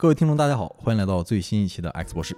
各位听众大家好，欢迎来到最新一期的 X 博士。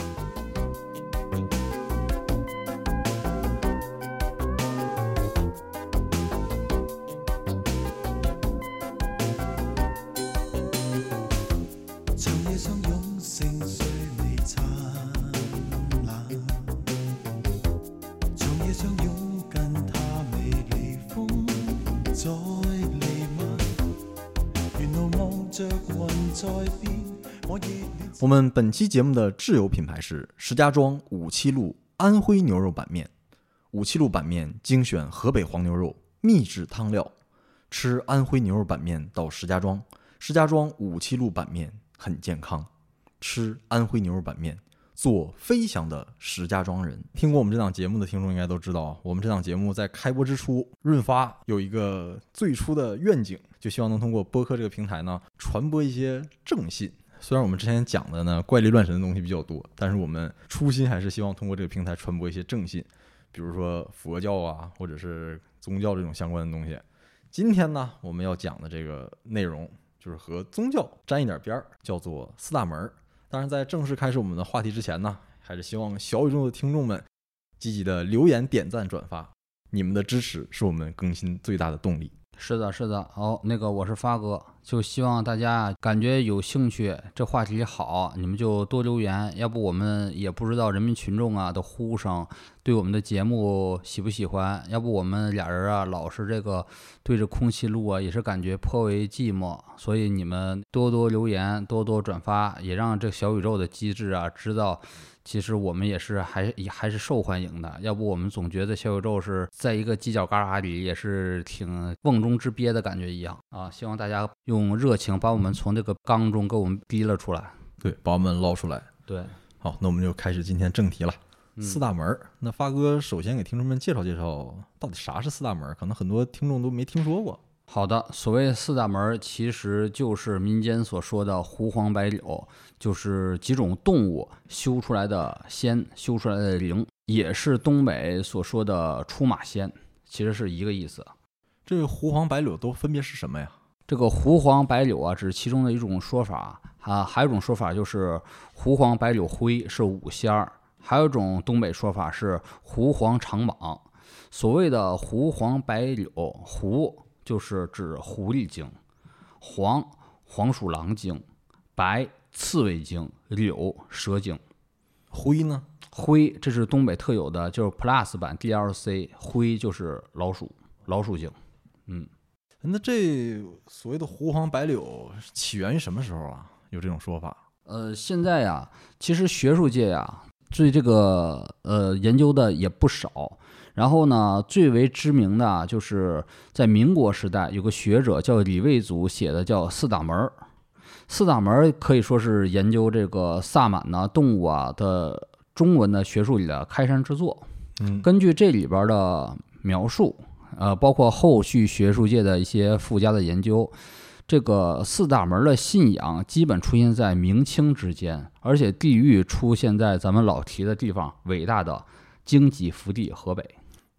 我们本期节目的挚友品牌是石家庄57路安徽牛肉板面。57路板面精选河北黄牛肉，秘制汤料，吃安徽牛肉板面到石家庄，石家庄57路板面很健康，吃安徽牛肉板面，做飞翔的石家庄人。听过我们这档节目的听众应该都知道，我们这档节目在开播之初，润发有一个最初的愿景，就希望能通过播客这个平台呢，传播一些正信。虽然我们之前讲的呢怪力乱神的东西比较多，但是我们初心还是希望通过这个平台传播一些正信，比如说佛教啊，或者是宗教这种相关的东西。今天呢，我们要讲的这个内容就是和宗教沾一点边儿，叫做四大门。当然，在正式开始我们的话题之前呢，还是希望小宇宙的听众们积极的留言、点赞、转发，你们的支持是我们更新最大的动力。 是的，是的。好，我是发哥，就希望大家感觉有兴趣，这话题好，你们就多留言。要不我们也不知道人民群众的呼声对我们的节目喜不喜欢。要不我们俩人老是这个对着空气录也是感觉颇为寂寞。所以你们多多留言，多多转发，也让这小宇宙的机制知道。其实我们也是还是受欢迎的，要不我们总觉得小宇宙是在一个犄角旮旯里，也是挺瓮中之鳖的感觉一样啊！希望大家用热情把我们从这个缸中给我们逼了出来， 对，把我们捞出来。 对， 好，那我们就开始今天正题了。四大门，那发哥首先给听众们介绍介绍，到底啥是四大门？可能很多听众都没听说过。 好的，所谓四大门其实就是民间所说的狐黄白柳，就是几种动物修出来的仙，修出来的灵，也是东北所说的出马仙，其实是一个意思。 这个狐黄白柳都分别是什么呀？ 这个狐黄白柳只是其中的一种说法还有一种说法就是狐黄白柳灰是五仙儿，还有一种东北说法是狐黄长蟒。所谓的狐黄白柳，狐就是指狐狸精，黄鼠狼精，白刺猬精，柳蛇精。 灰呢？ 灰这是东北特有的，就是 Plus 版 DLC， 灰就是老鼠精。 那这所谓的狐黄白柳起源于什么时候啊？有这种说法？ 现在其实学术界对这个研究的也不少。然后呢，最为知名的就是在民国时代有个学者叫李卫祖写的叫四大门。四大门可以说是研究这个萨满动物的中文的学术里的开山之作。根据这里边的描述，包括后续学术界的一些附加的研究，这个四大门的信仰基本出现在明清之间，而且地域出现在咱们老提的地方，伟大的京畿福地河北。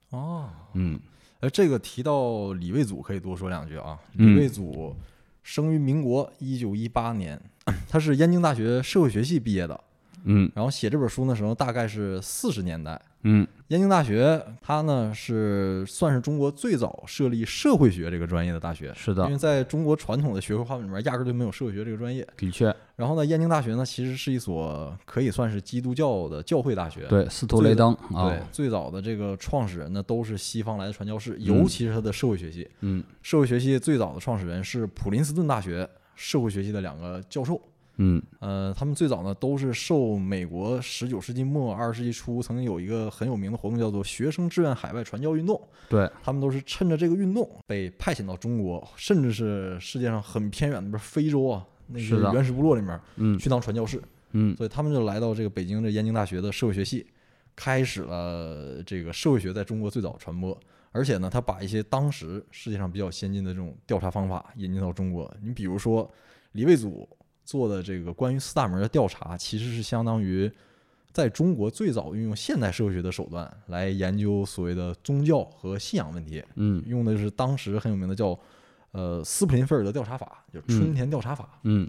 这个提到李卫祖可以多说两句啊。李卫祖生于民国1918年，他是燕京大学社会学系毕业的。然后写这本书的时候大概是40年代。燕京大学它呢是算是中国最早设立社会学这个专业的大学。是的，因为在中国传统的学科划分里面压根就没有社会学这个专业。的确。然后呢，燕京大学呢其实是一所可以算是基督教的教会大学。对，司徒雷登。对，最早的这个创始人呢都是西方来的传教士，尤其是他的社会学系。社会学系最早的创始人是普林斯顿大学社会学系的2个教授。他们最早呢都是受美国19世纪末20世纪初曾经有一个很有名的活动叫做学生志愿海外传教运动。对，他们都是趁着这个运动被派遣到中国，甚至是世界上很偏远的非洲那个原始部落里面去当传教士。所以他们就来到这个北京的燕京大学的社会学系，开始了这个社会学在中国最早传播。而且呢，他把一些当时世界上比较先进的这种调查方法引进到中国。你比如说李卫祖做的这个关于四大门的调查，其实是相当于在中国最早运用现代社会学的手段来研究所谓的宗教和信仰问题。用的是当时很有名的叫斯普林菲尔德调查法，就春田调查法。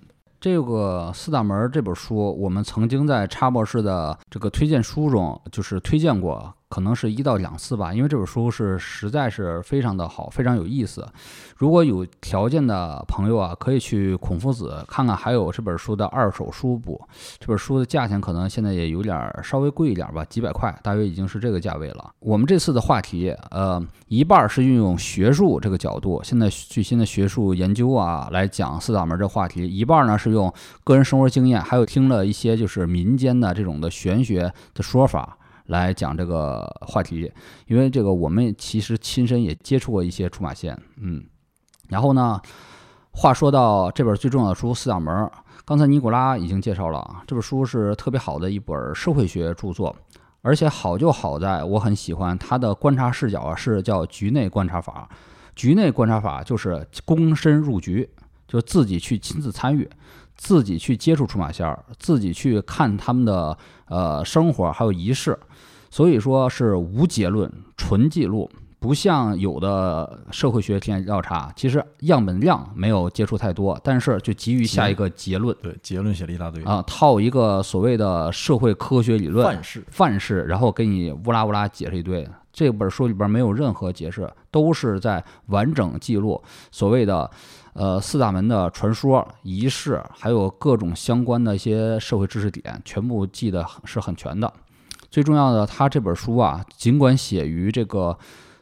这个四大门这本书，我们曾经在插博士的这个推荐书中就是推荐过，可能是1到2次吧，因为这本书实在是非常的好，非常有意思。如果有条件的朋友啊，可以去孔夫子看看，还有这本书的2手书部。这本书的价钱可能现在也有点稍微贵一点吧，几百块，大约已经是这个价位了。我们这次的话题，一半是运用学术这个角度，现在最新的学术研究啊来讲四大门这话题，一半呢是用个人生活经验，还有听了一些就是民间的这种的玄学的说法来讲这个话题，因为这个我们其实亲身也接触过一些出马仙，然后呢，话说到这本最重要的书四大门，刚才尼古拉已经介绍了，这本书是特别好的一本社会学著作，而且好就好在我很喜欢它的观察视角啊，是叫局内观察法。局内观察法就是躬身入局，就自己去亲自参与，自己去接触出马仙儿，自己去看他们的生活还有仪式，所以说是无结论，纯记录。不像有的社会学田野调查，其实样本量没有接触太多，但是就急于下一个结论， 对，结论写了一大堆啊，套一个所谓的社会科学理论范式，然后给你乌拉乌拉解释一堆。这本书里边没有任何解释，都是在完整记录所谓的四大门的传说、仪式，还有各种相关的一些社会知识点，全部记得是很全的。最重要的，他这本书啊，尽管写于这个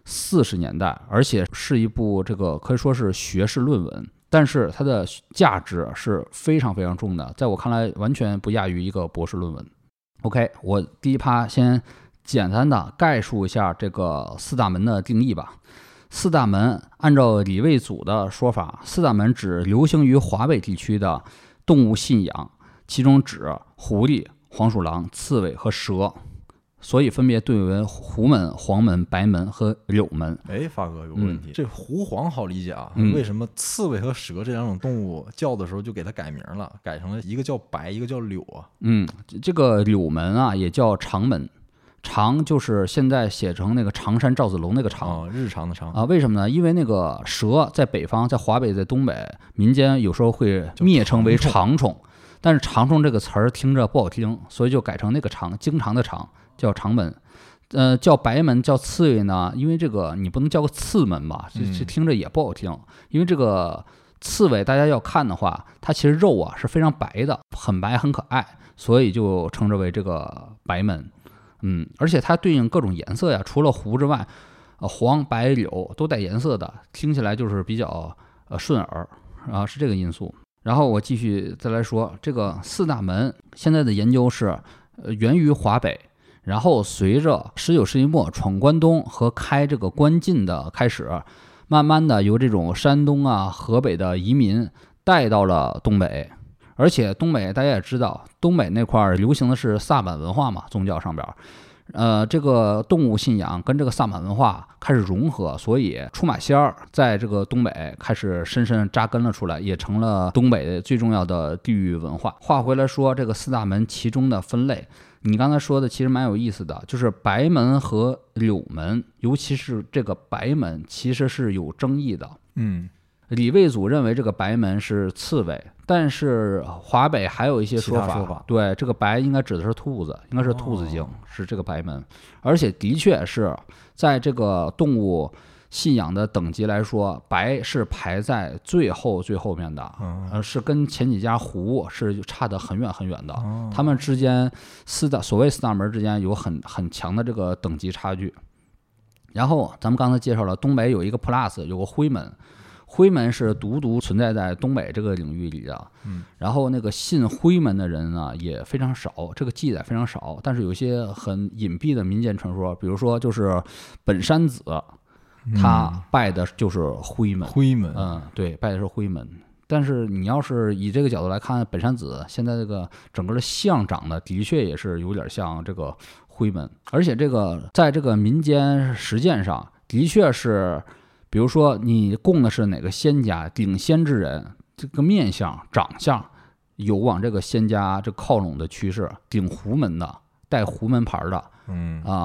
40年代，而且是一部这个可以说是学士论文，但是它的价值是非常非常重的，在我看来完全不亚于一个博士论文。OK， 我第一趴先简单的概述一下这个四大门的定义吧。四大门按照李卫祖的说法，四大门指流行于华北地区的动物信仰，其中指狐狸、黄鼠狼、刺猬和蛇，所以分别对为狐门、黄门、白门和柳门。 哎，发哥有个问题，这狐黄好理解啊，为什么刺猬和蛇这2种动物叫的时候就给它改名了，改成了一个叫白，一个叫柳啊？ 这个柳门啊也叫长门，长就是现在写成那个常山赵子龙那个长， 日常的长啊。为什么呢？因为那个蛇在北方，在华北，在东北，民间有时候会蔑称为长虫，但是长虫这个词儿听着不好听，所以就改成那个长，经常的长，叫长门。叫白门叫刺猬呢，因为这个你不能叫个刺门吧，这听着也不好听。因为这个刺猬大家要看的话，它其实肉啊是非常白的，很白很可爱，所以就称之为这个白门。而且它对应各种颜色呀，除了狐之外，黄白柳都带颜色的，听起来就是比较顺耳啊，是这个因素。然后我继续再来说，这个四大门现在的研究是源于华北，然后随着19世纪末闯关东和开这个关晋的开始，慢慢的由这种山东啊、河北的移民带到了东北。而且东北大家也知道，东北那块流行的是萨满文化嘛，宗教上边，这个动物信仰跟这个萨满文化开始融合，所以出马仙儿在这个东北开始深深扎根了出来，也成了东北最重要的地域文化。话回来说，这个四大门其中的分类，你刚才说的其实蛮有意思的，就是白门和柳门，尤其是这个白门其实是有争议的。李卫祖认为这个白门是刺猬，但是华北还有一些说法，对，这个白应该指的是兔子，应该是兔子精，是这个白门。而且的确是在这个动物信仰的等级来说，白是排在最后面的，是跟前几家狐是差得很远很远的，他们之间所谓四大门之间有很强的这个等级差距。然后咱们刚才介绍了东北有一个 plus， 有个灰门。灰门是独存在在东北这个领域里的，然后那个信灰门的人呢也非常少，这个记载非常少，但是有一些很隐蔽的民间传说，比如说就是本山子，他拜的就是灰门，对，拜的是灰门。但是你要是以这个角度来看，本山子现在这个整个的像长得的确也是有点像这个灰门，而且这个在这个民间实践上的确是。比如说你供的是哪个仙家顶仙之人，这个面相长相有往这个仙家这靠拢的趋势，顶狐门的带狐门牌的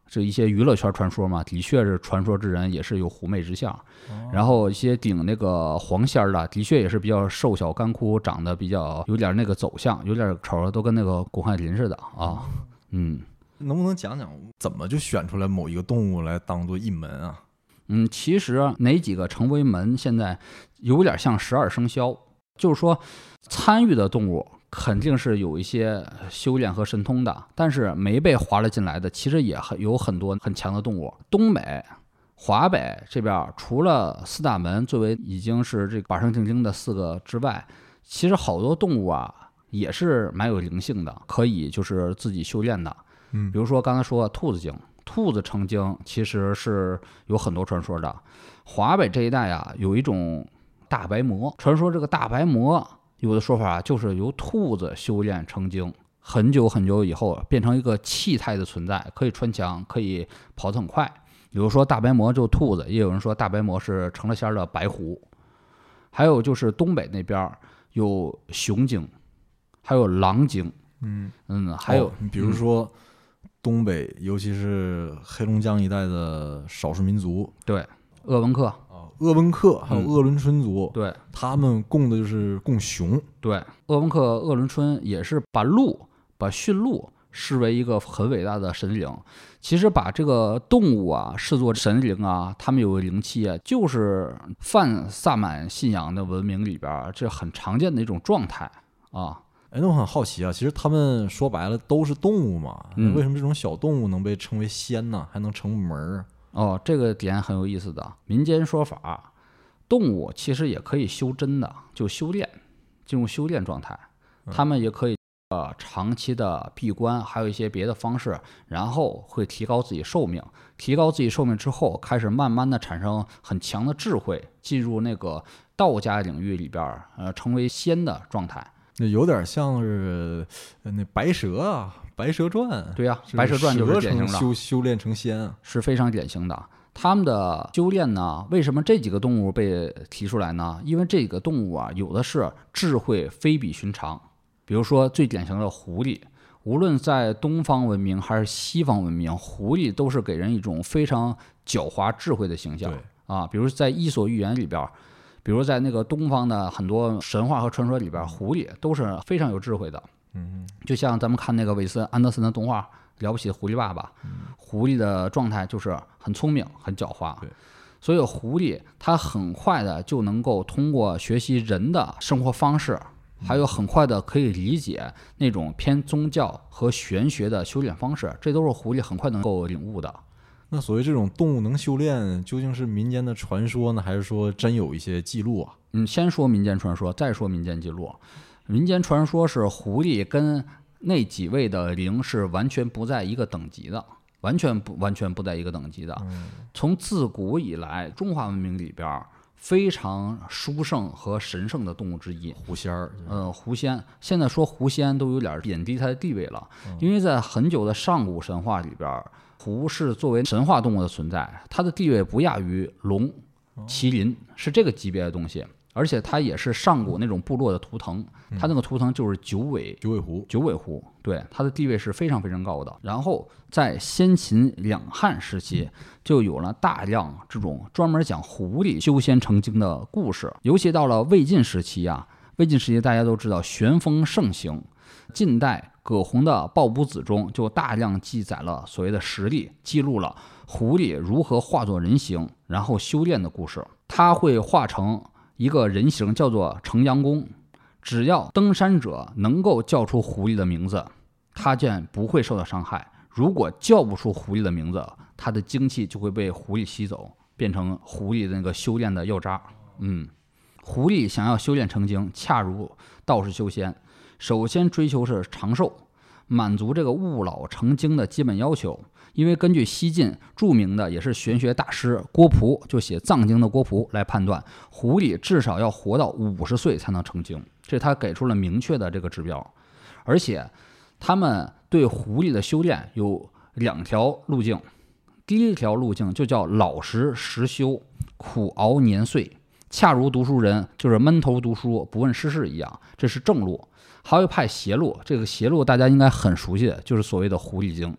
这一些娱乐圈传说嘛，的确是传说之人也是有狐媚之相。然后一些顶那个黄仙的，的确也是比较瘦小干枯，长得比较有点那个走相，有点瞅着都跟那个巩汉林似的啊。 能不能讲讲怎么就选出来某一个动物来当做一门啊？ 其实哪几个成为门，现在有点像12生肖，就是说参与的动物肯定是有一些修炼和神通的，但是没被划了进来的，其实也有很多很强的动物。东北、华北这边除了4大门作为已经是这个板上钉钉的4个之外，其实好多动物啊也是蛮有灵性的，可以就是自己修炼的。比如说刚才说兔子精，兔子成精其实是有很多传说的。华北这一带啊，有一种大白魔，传说这个大白魔有的说法就是由兔子修炼成精，很久很久以后变成一个气态的存在，可以穿墙，可以跑得很快。比如说大白魔就是兔子，也有人说大白魔是成了仙的白狐。还有就是东北那边有熊精，还有狼精。还有比如说东北，尤其是黑龙江一带的少数民族， 对，鄂温克鄂温克还有鄂伦春族， 对， 他们供的就是供熊。 对，鄂温克、鄂伦春也是把驯鹿视为一个很伟大的神灵。其实把这个动物啊视作神灵啊，他们有灵气啊，就是泛萨满信仰的文明里边这很常见的一种状态啊。 那我很好奇啊，其实他们说白了都是动物嘛，为什么这种小动物能被称为仙呢？还能成门？ 这个点很有意思的。民间说法，动物其实也可以修真的，就修炼，进入修炼状态。他们也可以长期的闭关，还有一些别的方式，然后会提高自己寿命。提高自己寿命之后，开始慢慢的产生很强的智慧，进入那个道家领域里边，成为仙的状态。 那有点像是那白蛇啊，《白蛇传》。 对呀，《白蛇传》就是典型的修炼成仙啊， 是非常典型的。他们的修炼呢，为什么这几个动物被提出来呢？因为这几个动物啊，有的是智慧非比寻常。比如说最典型的狐狸，无论在东方文明还是西方文明，狐狸都是给人一种非常狡猾智慧的形象啊。比如在《伊索寓言》里边，比如在那个东方的很多神话和传说里边，狐狸都是非常有智慧的。就像咱们看那个韦斯安德森的动画《了不起的狐狸爸爸》，狐狸的状态就是很聪明、很狡猾。所以狐狸它很快的就能够通过学习人的生活方式，还有很快的可以理解那种偏宗教和玄学的修炼方式，这都是狐狸很快能够领悟的。 那所谓这种动物能修炼，究竟是民间的传说呢，还是说真有一些记录啊？ 先说民间传说，再说民间记录。民间传说是狐狸跟那几位的灵是完全不在一个等级的，完全不在一个等级的。从自古以来，中华文明里边非常殊胜和神圣的动物之一， 狐仙儿。 狐仙，现在说狐仙都有点贬低它的地位了，因为在很久的上古神话里边，狐是作为神话动物的存在，它的地位不亚于龙、麒麟，是这个级别的东西。而且它也是上古那种部落的图腾，它那个图腾就是九尾狐，对，它的地位是非常非常高的。然后在先秦两汉时期，就有了大量这种专门讲狐狸修仙成精的故事。尤其到了魏晋时期啊，魏晋时期大家都知道玄风盛行，近代葛洪的《抱朴子》中就大量记载了所谓的实例，记录了狐狸如何化作人形，然后修炼的故事。它会化成一个人形叫做成阳公，只要登山者能够叫出狐狸的名字，他便不会受到伤害。如果叫不出狐狸的名字，他的精气就会被狐狸吸走，变成狐狸的那个修炼的药渣。狐狸想要修炼成精，恰如道士修仙，首先追求是长寿，满足这个勿老成精的基本要求。因为根据西晋著名的也是玄学大师郭璞，就写藏经的郭璞来判断，狐狸至少要活到50岁才能成精，这是他给出了明确的这个指标。而且他们对狐狸的修炼有2条路径，第一条路径就叫老实实修，苦熬年岁，恰如读书人，就是闷头读书不问世事一样，这是正路。还有一派邪路，这个邪路大家应该很熟悉的，就是所谓的狐狸精。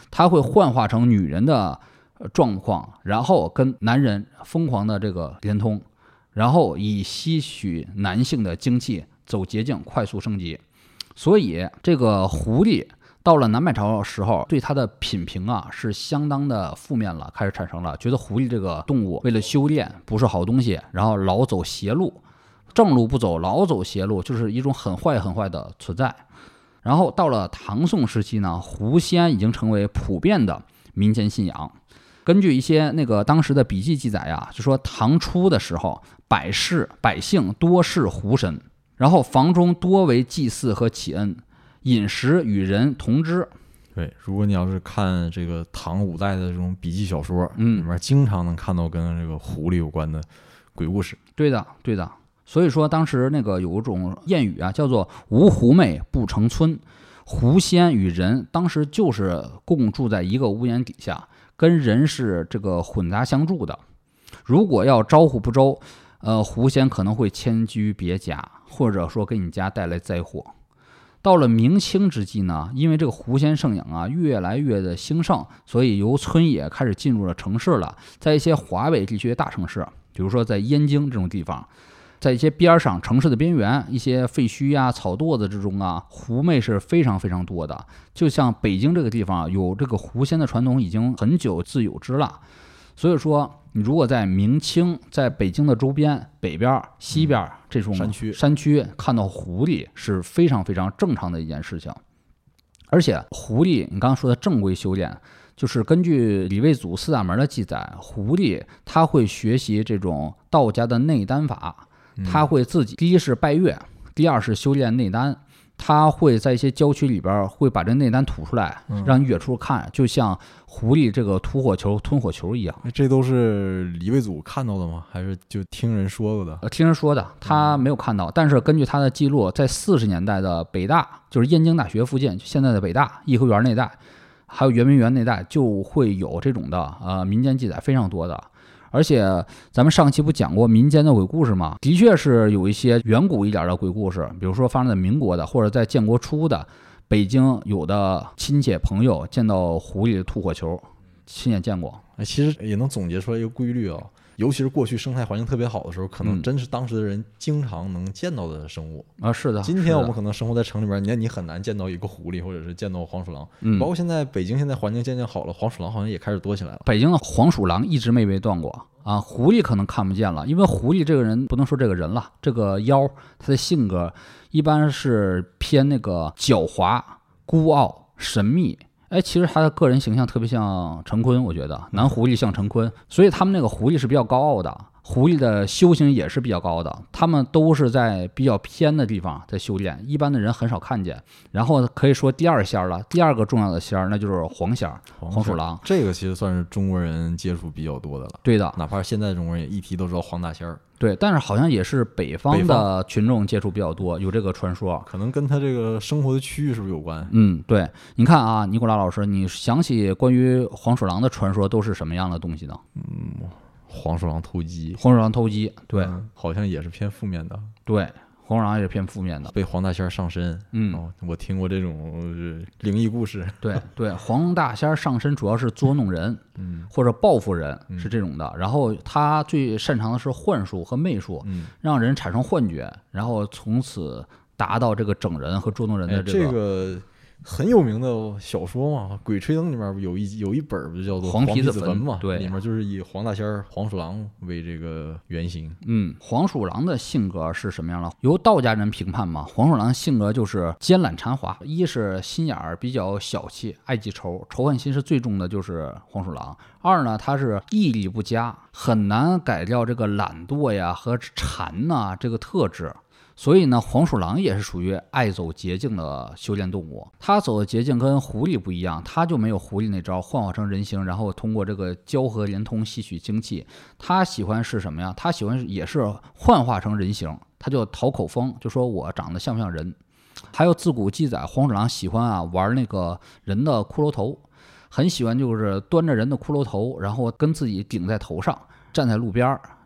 它会幻化成女人的状况，然后跟男人疯狂的这个连通，然后以吸取男性的精气，走捷径，快速升级。所以这个狐狸到了南北朝时候，对它的品评啊是相当的负面了，开始产生了觉得狐狸这个动物为了修炼不是好东西，然后老走邪路，正路不走，老走邪路，就是一种很坏很坏的存在。然后到了唐宋时期呢，狐仙已经成为普遍的民间信仰。根据一些当时的笔记记载啊，就说唐初的时候，百姓多视狐神，然后房中多为祭祀和祈恩，饮食与人同之。 对，如果你要是看这个唐五代的这种笔记小说，里面经常能看到跟这个狐狸有关的鬼故事。 对的。所以说当时有一种谚语啊，叫做无狐媚不成村。狐仙与人当时就是共住在一个屋檐底下，跟人是这个混杂相住的。如果要招呼不周，狐仙可能会迁居别家，或者说给你家带来灾祸。到了明清之际呢，因为这个狐仙圣养啊越来越的兴盛，所以由村野开始进入了城市了。在一些华北地区的大城市，比如说在燕京这种地方，在一些边上城市的边缘，一些废墟啊、草垛子之中啊，狐媚是非常非常多的。就像北京这个地方有这个狐仙的传统，已经很久自有之了。所以说，你如果在明清，在北京的周边、北边、西边这种山区看到狐狸是非常非常正常的一件事情。而且狐狸，你刚刚说的正规修炼，就是根据李卫祖四大门的记载，狐狸它会学习这种道家的内丹法。他会自己，第一是拜月，第二是修炼内丹。他会在一些郊区里边会把这内丹吐出来，让你远处看，就像狐狸这个吐火球、吞火球一样。 这都是李卫祖看到的吗？还是就听人说过的？ 听人说的，他没有看到。但是根据他的记录，在40年代的北大，就是燕京大学附近，现在的北大、颐和园那带，还有圆明园那带，就会有这种的民间记载非常多的。而且咱们上期不讲过民间的鬼故事吗？的确是有一些远古一点的鬼故事，比如说发生在民国的，或者在建国初的，北京有的亲戚朋友见到狐狸吐火球，亲眼见过。 其实也能总结出来一个规律啊，尤其是过去生态环境特别好的时候，可能真是当时的人经常能见到的生物啊。是的， 今天我们可能生活在城里边，你很难见到一个狐狸，或者是见到黄鼠狼。包括现在北京现在环境渐渐好了，黄鼠狼好像也开始多起来了。 北京的黄鼠狼一直没被断过啊，狐狸可能看不见了，因为狐狸这个人不能说这个人了，这个妖他的性格一般是偏狡猾、孤傲、神秘。其实他的个人形象特别像陈坤，我觉得男狐狸像陈坤，所以他们那个狐狸是比较高傲的，狐狸的修行也是比较高的，他们都是在比较偏的地方在修炼，一般的人很少看见。然后可以说第二仙了，第二个重要的仙那就是黄仙、黄鼠狼。 这个其实算是中国人接触比较多的了。 对的， 哪怕现在中国人也一提都知道黄大仙儿。 对，但是好像也是北方的群众接触比较多，有这个传说， 可能跟他这个生活的区域是不是有关？ 对，你看啊，尼古拉老师，你想起关于黄鼠狼的传说都是什么样的东西呢？ 黄鼠狼偷鸡， 对， 好像也是偏负面的。 对，黄鼠狼也是偏负面的， 被黄大仙上身。我听过这种灵异故事。 对，黄大仙上身主要是捉弄人，或者报复人，是这种的。然后他最擅长的是幻术和媚术，让人产生幻觉，然后从此达到这个整人和捉弄人的这个很有名的小说嘛，《鬼吹灯》里面有一本就叫做《黄皮子坟》嘛， 对， 里面就是以黄大仙、黄鼠狼为这个原型。 黄鼠狼的性格是什么样的？由道家人评判嘛，黄鼠狼性格就是奸懒馋滑，一是心眼儿比较小气，爱记仇，仇恨心是最重的，就是黄鼠狼。二呢，他是毅力不佳，很难改掉这个懒惰呀和馋呐这个特质。所以呢，黄鼠狼也是属于爱走捷径的修炼动物。它走的捷径跟狐狸不一样，它就没有狐狸那招幻化成人形，然后通过这个交合连通吸取精气。它喜欢是什么呀？它喜欢也是幻化成人形，它就讨口风，就说我长得像不像人。还有自古记载，黄鼠狼喜欢玩那个人的骷髅头，很喜欢就是端着人的骷髅头，然后跟自己顶在头上，站在路边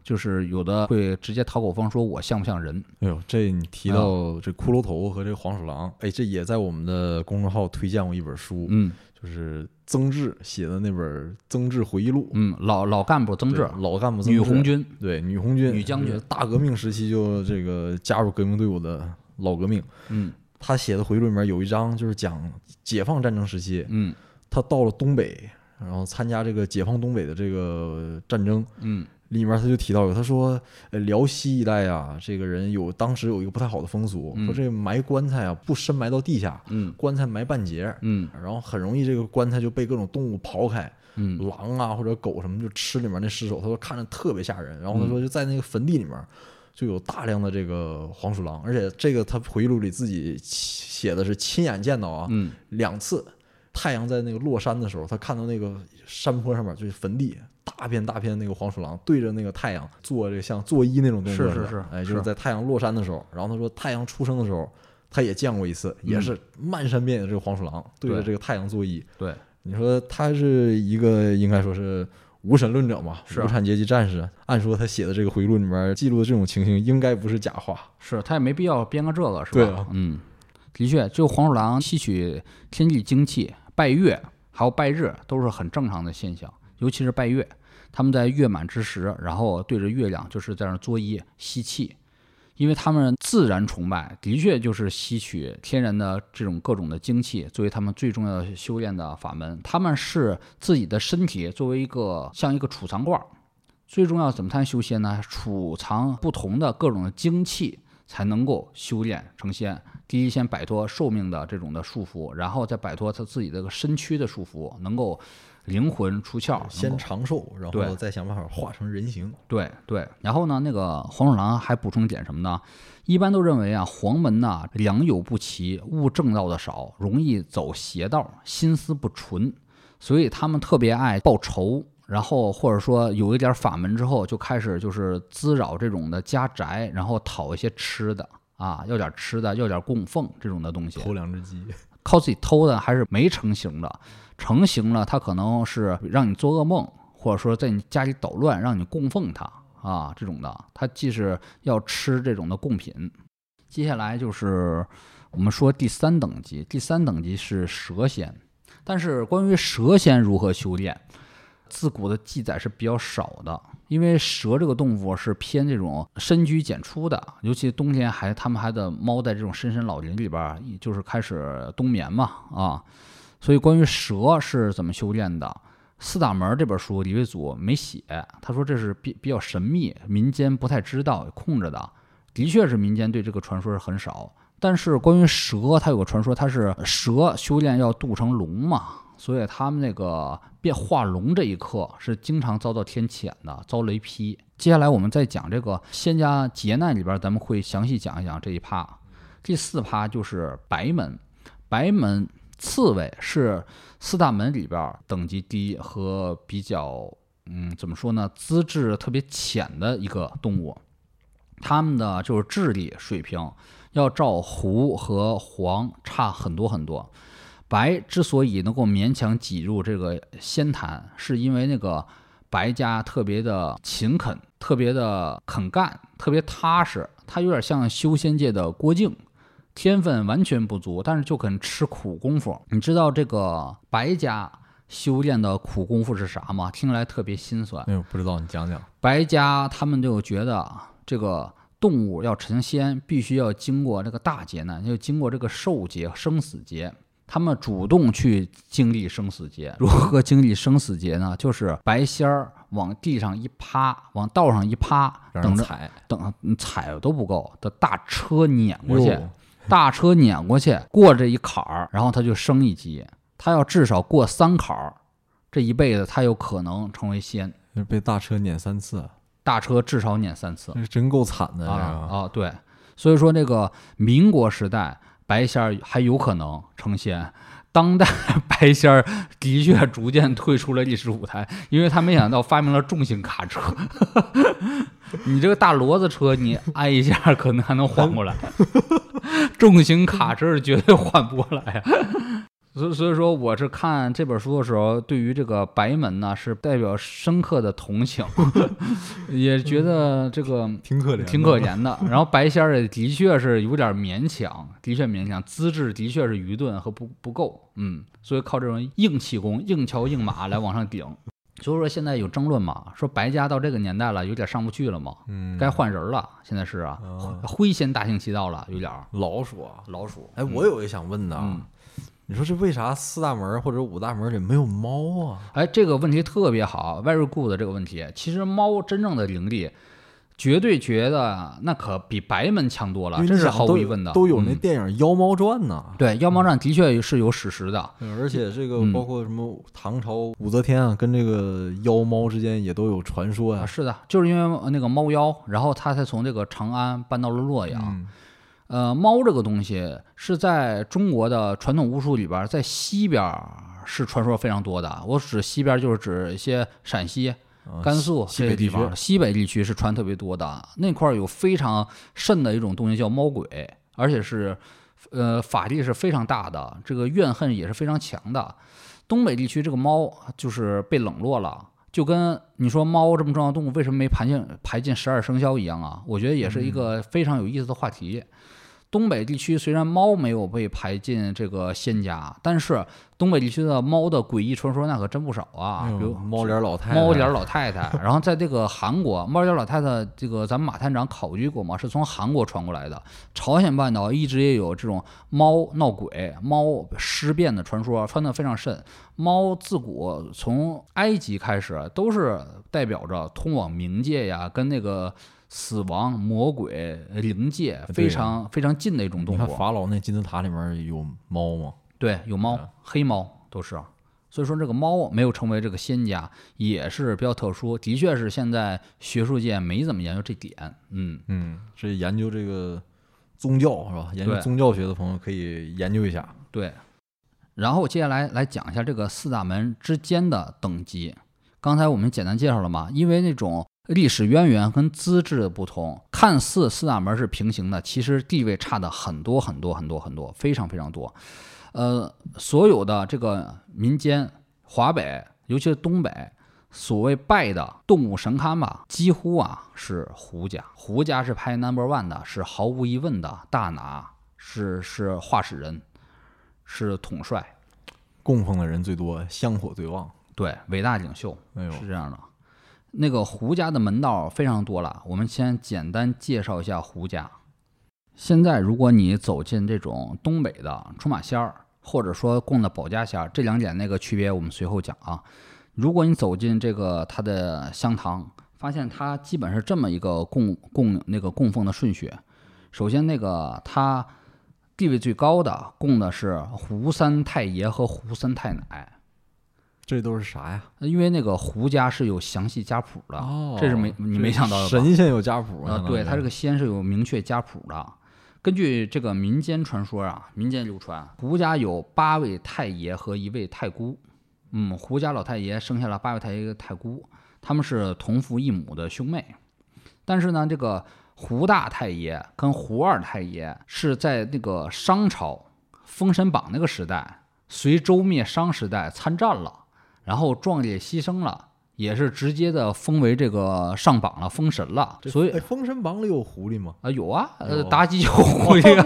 就是有的会直接讨口风说我像不像人。 哎呦，这你提到这骷髅头和这个黄鼠狼，哎，这也在我们的公众号推荐过一本书，就是曾志写的那本《曾志回忆录》。 老干部曾志， 老干部曾志， 女红军， 对，女红军， 女将军， 大革命时期就这个加入革命队伍的老革命。他写的回忆录里面有一章就是讲解放战争时期，他到了东北，然后参加这个解放东北的这个战争，里面他就提到他说，辽西一带啊，这个人当时有一个不太好的风俗，说这埋棺材啊不深埋到地下，棺材埋半截，然后很容易这个棺材就被各种动物刨开，狼啊或者狗什么就吃里面那尸首，他说看着特别吓人。然后他说就在那个坟地里面就有大量的这个黄鼠狼，而且这个他回忆录里自己写的是亲眼见到啊，2次。太阳在那个落山的时候，他看到那个山坡上面就是坟地，大片大片那个黄鼠狼对着那个太阳做这个像作揖那种动作， 是， 哎，就是在太阳落山的时候。然后他说太阳出生的时候，他也见过一次，也是漫山遍野的这个黄鼠狼对着这个太阳作揖。 对， 你说他是一个应该说是无神论者嘛，无产阶级战士。按说他写的这个回忆录里面记录的这种情形，应该不是假话。 是他也没必要编个这个，是吧？ 对啊， 的确，就黄鼠狼吸取天地精气。拜月还有拜日都是很正常的现象，尤其是拜月，他们在月满之时，然后对着月亮就是在那作揖吸气，因为他们自然崇拜的确就是吸取天然的这种各种的精气作为他们最重要的修炼的法门。他们是自己的身体作为像一个储藏罐，最重要怎么才能修仙呢？储藏不同的各种的精气才能够修炼成仙。第一，先摆脱寿命的这种的束缚，然后再摆脱他自己这个身躯的束缚，能够灵魂出窍， 先长寿，然后再想办法化成人形。 对，然后呢，那个黄鼠狼还补充点什么呢？一般都认为啊，黄门呢良莠不齐，悟正道的少，容易走邪道，心思不纯，所以他们特别爱报仇。然后或者说有一点法门之后，就开始就是滋扰这种的家宅，然后讨一些吃的啊，要点吃的，要点供奉这种的东西。 偷2只鸡， 靠自己偷的还是没成型的，成型了他可能是让你做噩梦，或者说在你家里捣乱，让你供奉他啊这种的，他既是要吃这种的贡品。接下来就是我们说第3等级，第3等级是蛇仙，但是关于蛇仙如何修炼，自古的记载是比较少的，因为蛇这个动物是偏这种深居简出的，尤其冬天他们还得猫在这种深山老林里边，就是开始冬眠嘛啊，所以关于蛇是怎么修炼的，四大门这本书李卫祖没写，他说这是比较神秘，民间不太知道，控制的，的确是民间对这个传说是很少。但是关于蛇，它有个传说，它是蛇修炼要渡成龙嘛，所以他们那个变化龙这一刻是经常遭到天谴的，遭雷劈。接下来我们再讲这个仙家劫难里边，咱们会详细讲一讲这一趴。第4趴就是白门，白门刺猬是4大门里边等级低和比较怎么说呢，资质特别浅的一个动物，他们的就是智力水平要照狐和黄差很多很多。白之所以能够勉强挤入这个仙坛，是因为那个白家特别的勤恳，特别的肯干，特别踏实，他有点像修仙界的郭靖，天分完全不足，但是就肯吃苦功夫。你知道这个白家修炼的苦功夫是啥吗？听来特别心酸。 不知道，你讲讲。 白家他们就觉得这个动物要成仙，必须要经过这个大劫难，要经过这个受劫、生死劫。他们主动去经历生死劫。如何经历生死劫呢？就是白仙儿往地上一趴，往道上一趴，等着踩都不够，的大车碾过去，大车碾过去，过这一坎儿，然后他就升一级。他要至少过3坎儿，这一辈子他有可能成为仙。 被大车碾3次， 大车至少碾3次， 这真够惨的啊！对，所以说那个民国时代，白仙儿还有可能成仙。当代白仙儿的确逐渐退出了历史舞台，因为他没想到发明了重型卡车。你这个大骡子车，你按一下可能还能缓过来，重型卡车是绝对缓不过来呀。 所以说我是看这本书的时候，对于这个白门呢是代表深刻的同情，也觉得这个挺可怜的。然后白仙儿也的确是有点勉强，资质的确是愚钝和不够，所以靠这种硬气功、硬桥硬马来往上顶。所以说现在有争论嘛，说白家到这个年代了，有点上不去了嘛，该换人了。现在是啊，灰仙大行其道了，有点老鼠。哎，我有一个想问的啊。你说这为啥4大门或者5大门里没有猫啊？ 哎，这个问题特别好 ，very good 这个问题。其实猫真正的灵力，绝对觉得那可比白门强多了，这是毫无疑问的。 都有那电影《妖猫传》呢。 对，《妖猫传》的确是有史实的， 而且这个包括什么唐朝武则天啊，跟这个妖猫之间也都有传说呀。 是的，就是因为那个猫妖，然后他才从这个长安搬到了洛阳。猫这个东西是在中国的传统巫术里边，在西边是传说非常多的。我指西边就是指一些陕西、甘肃这些地方，西北地区是传特别多的。那块有非常甚的一种东西叫猫鬼，而且是法力是非常大的，这个怨恨也是非常强的。东北地区这个猫就是被冷落了。就跟你说猫这么重要的动物为什么没排进12生肖一样啊？我觉得也是一个非常有意思的话题。东北地区虽然猫没有被排进这个仙家，但是东北地区的猫的诡异传说那可真不少啊，比如猫脸老太太， 然后在这个韩国，猫脸老太太这个咱们马探长考据过嘛，是从韩国传过来的。朝鲜半岛一直也有这种猫闹鬼、猫尸变的传说，传得非常甚。猫自古从埃及开始都是代表着通往冥界呀，跟那个死亡、魔鬼、灵界非常非常近的一种动物。 你看法老那金字塔里面有猫吗？ 对，有猫，黑猫都是。所以说这个猫没有成为这个仙家也是比较特殊，的确是现在学术界没怎么研究这点。 是研究这个宗教是吧？研究宗教学的朋友可以研究一下。 对。然后接下来讲一下这个4大门之间的等级。刚才我们简单介绍了嘛，因为那种历史渊源跟资质的不同，看似4大门是平行的，其实地位差的很多，非常非常多。所有的这个民间华北，尤其是东北，所谓拜的动物神龛吧，几乎是胡家。胡家是排 No.1 的，是毫无疑问的大拿，是画使人，是统帅， 供奉的人最多，香火最旺。 对，伟大领袖，是这样的。那个胡家的门道非常多了，我们先简单介绍一下胡家。现在如果你走进这种东北的出马仙儿，或者说供的保家仙儿，这两点那个区别我们随后讲啊。如果你走进这个他的香堂，发现他基本是这么一个供奉的顺序。首先那个他地位最高的供的是胡三太爷和胡三太奶。 这都是啥呀？ 因为那个胡家是有详细家谱的，这是你没想到的吧？ 神仙有家谱对，他这个仙是有明确家谱的。根据这个民间传说民间流传，胡家有8位太爷和1位太姑。胡家老太爷生下了8位太爷和太姑，他们是同父异母的兄妹。但是呢，这个胡大太爷跟胡二太爷是在那个商朝《封神榜》那个时代，随周灭商时代参战了。然后壮烈牺牲了，也是直接的封为这个上榜了，封神了。所以 《封神榜》里有狐狸吗？ 有啊，妲己有狐狸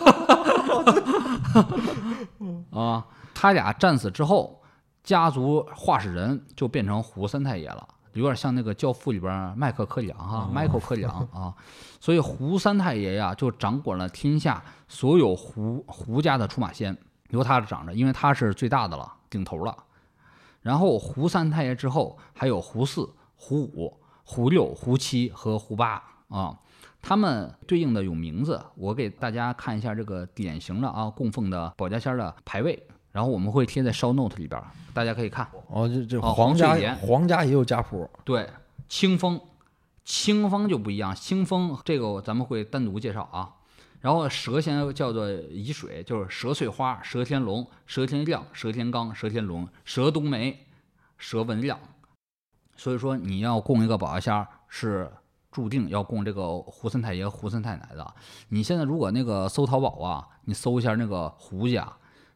他俩战死之后，家族画使人就变成胡三太爷了，有点像那个《教父》里边迈克·柯里昂，Michael 柯里昂所以胡三太爷就掌管了天下所有胡家的出马仙，由他掌着，因为他是最大的了，顶头了。然后胡三太爷之后还有胡4、胡5、胡6、胡7和胡8他们对应的有名字，我给大家看一下这个典型的供奉的保家仙的牌位，然后我们会贴在 show note 里边，大家可以看。 这皇家也有家谱。 对，清风就不一样，清风这个咱们会单独介绍然后蛇仙叫做乙水，就是蛇翠花、蛇天龙、蛇天亮、蛇天罡、蛇天龙、蛇冬梅、蛇文亮。所以说你要供一个保家仙是注定要供这个胡三太爷、胡三太奶的。你现在如果那个搜淘宝你搜一下那个胡家，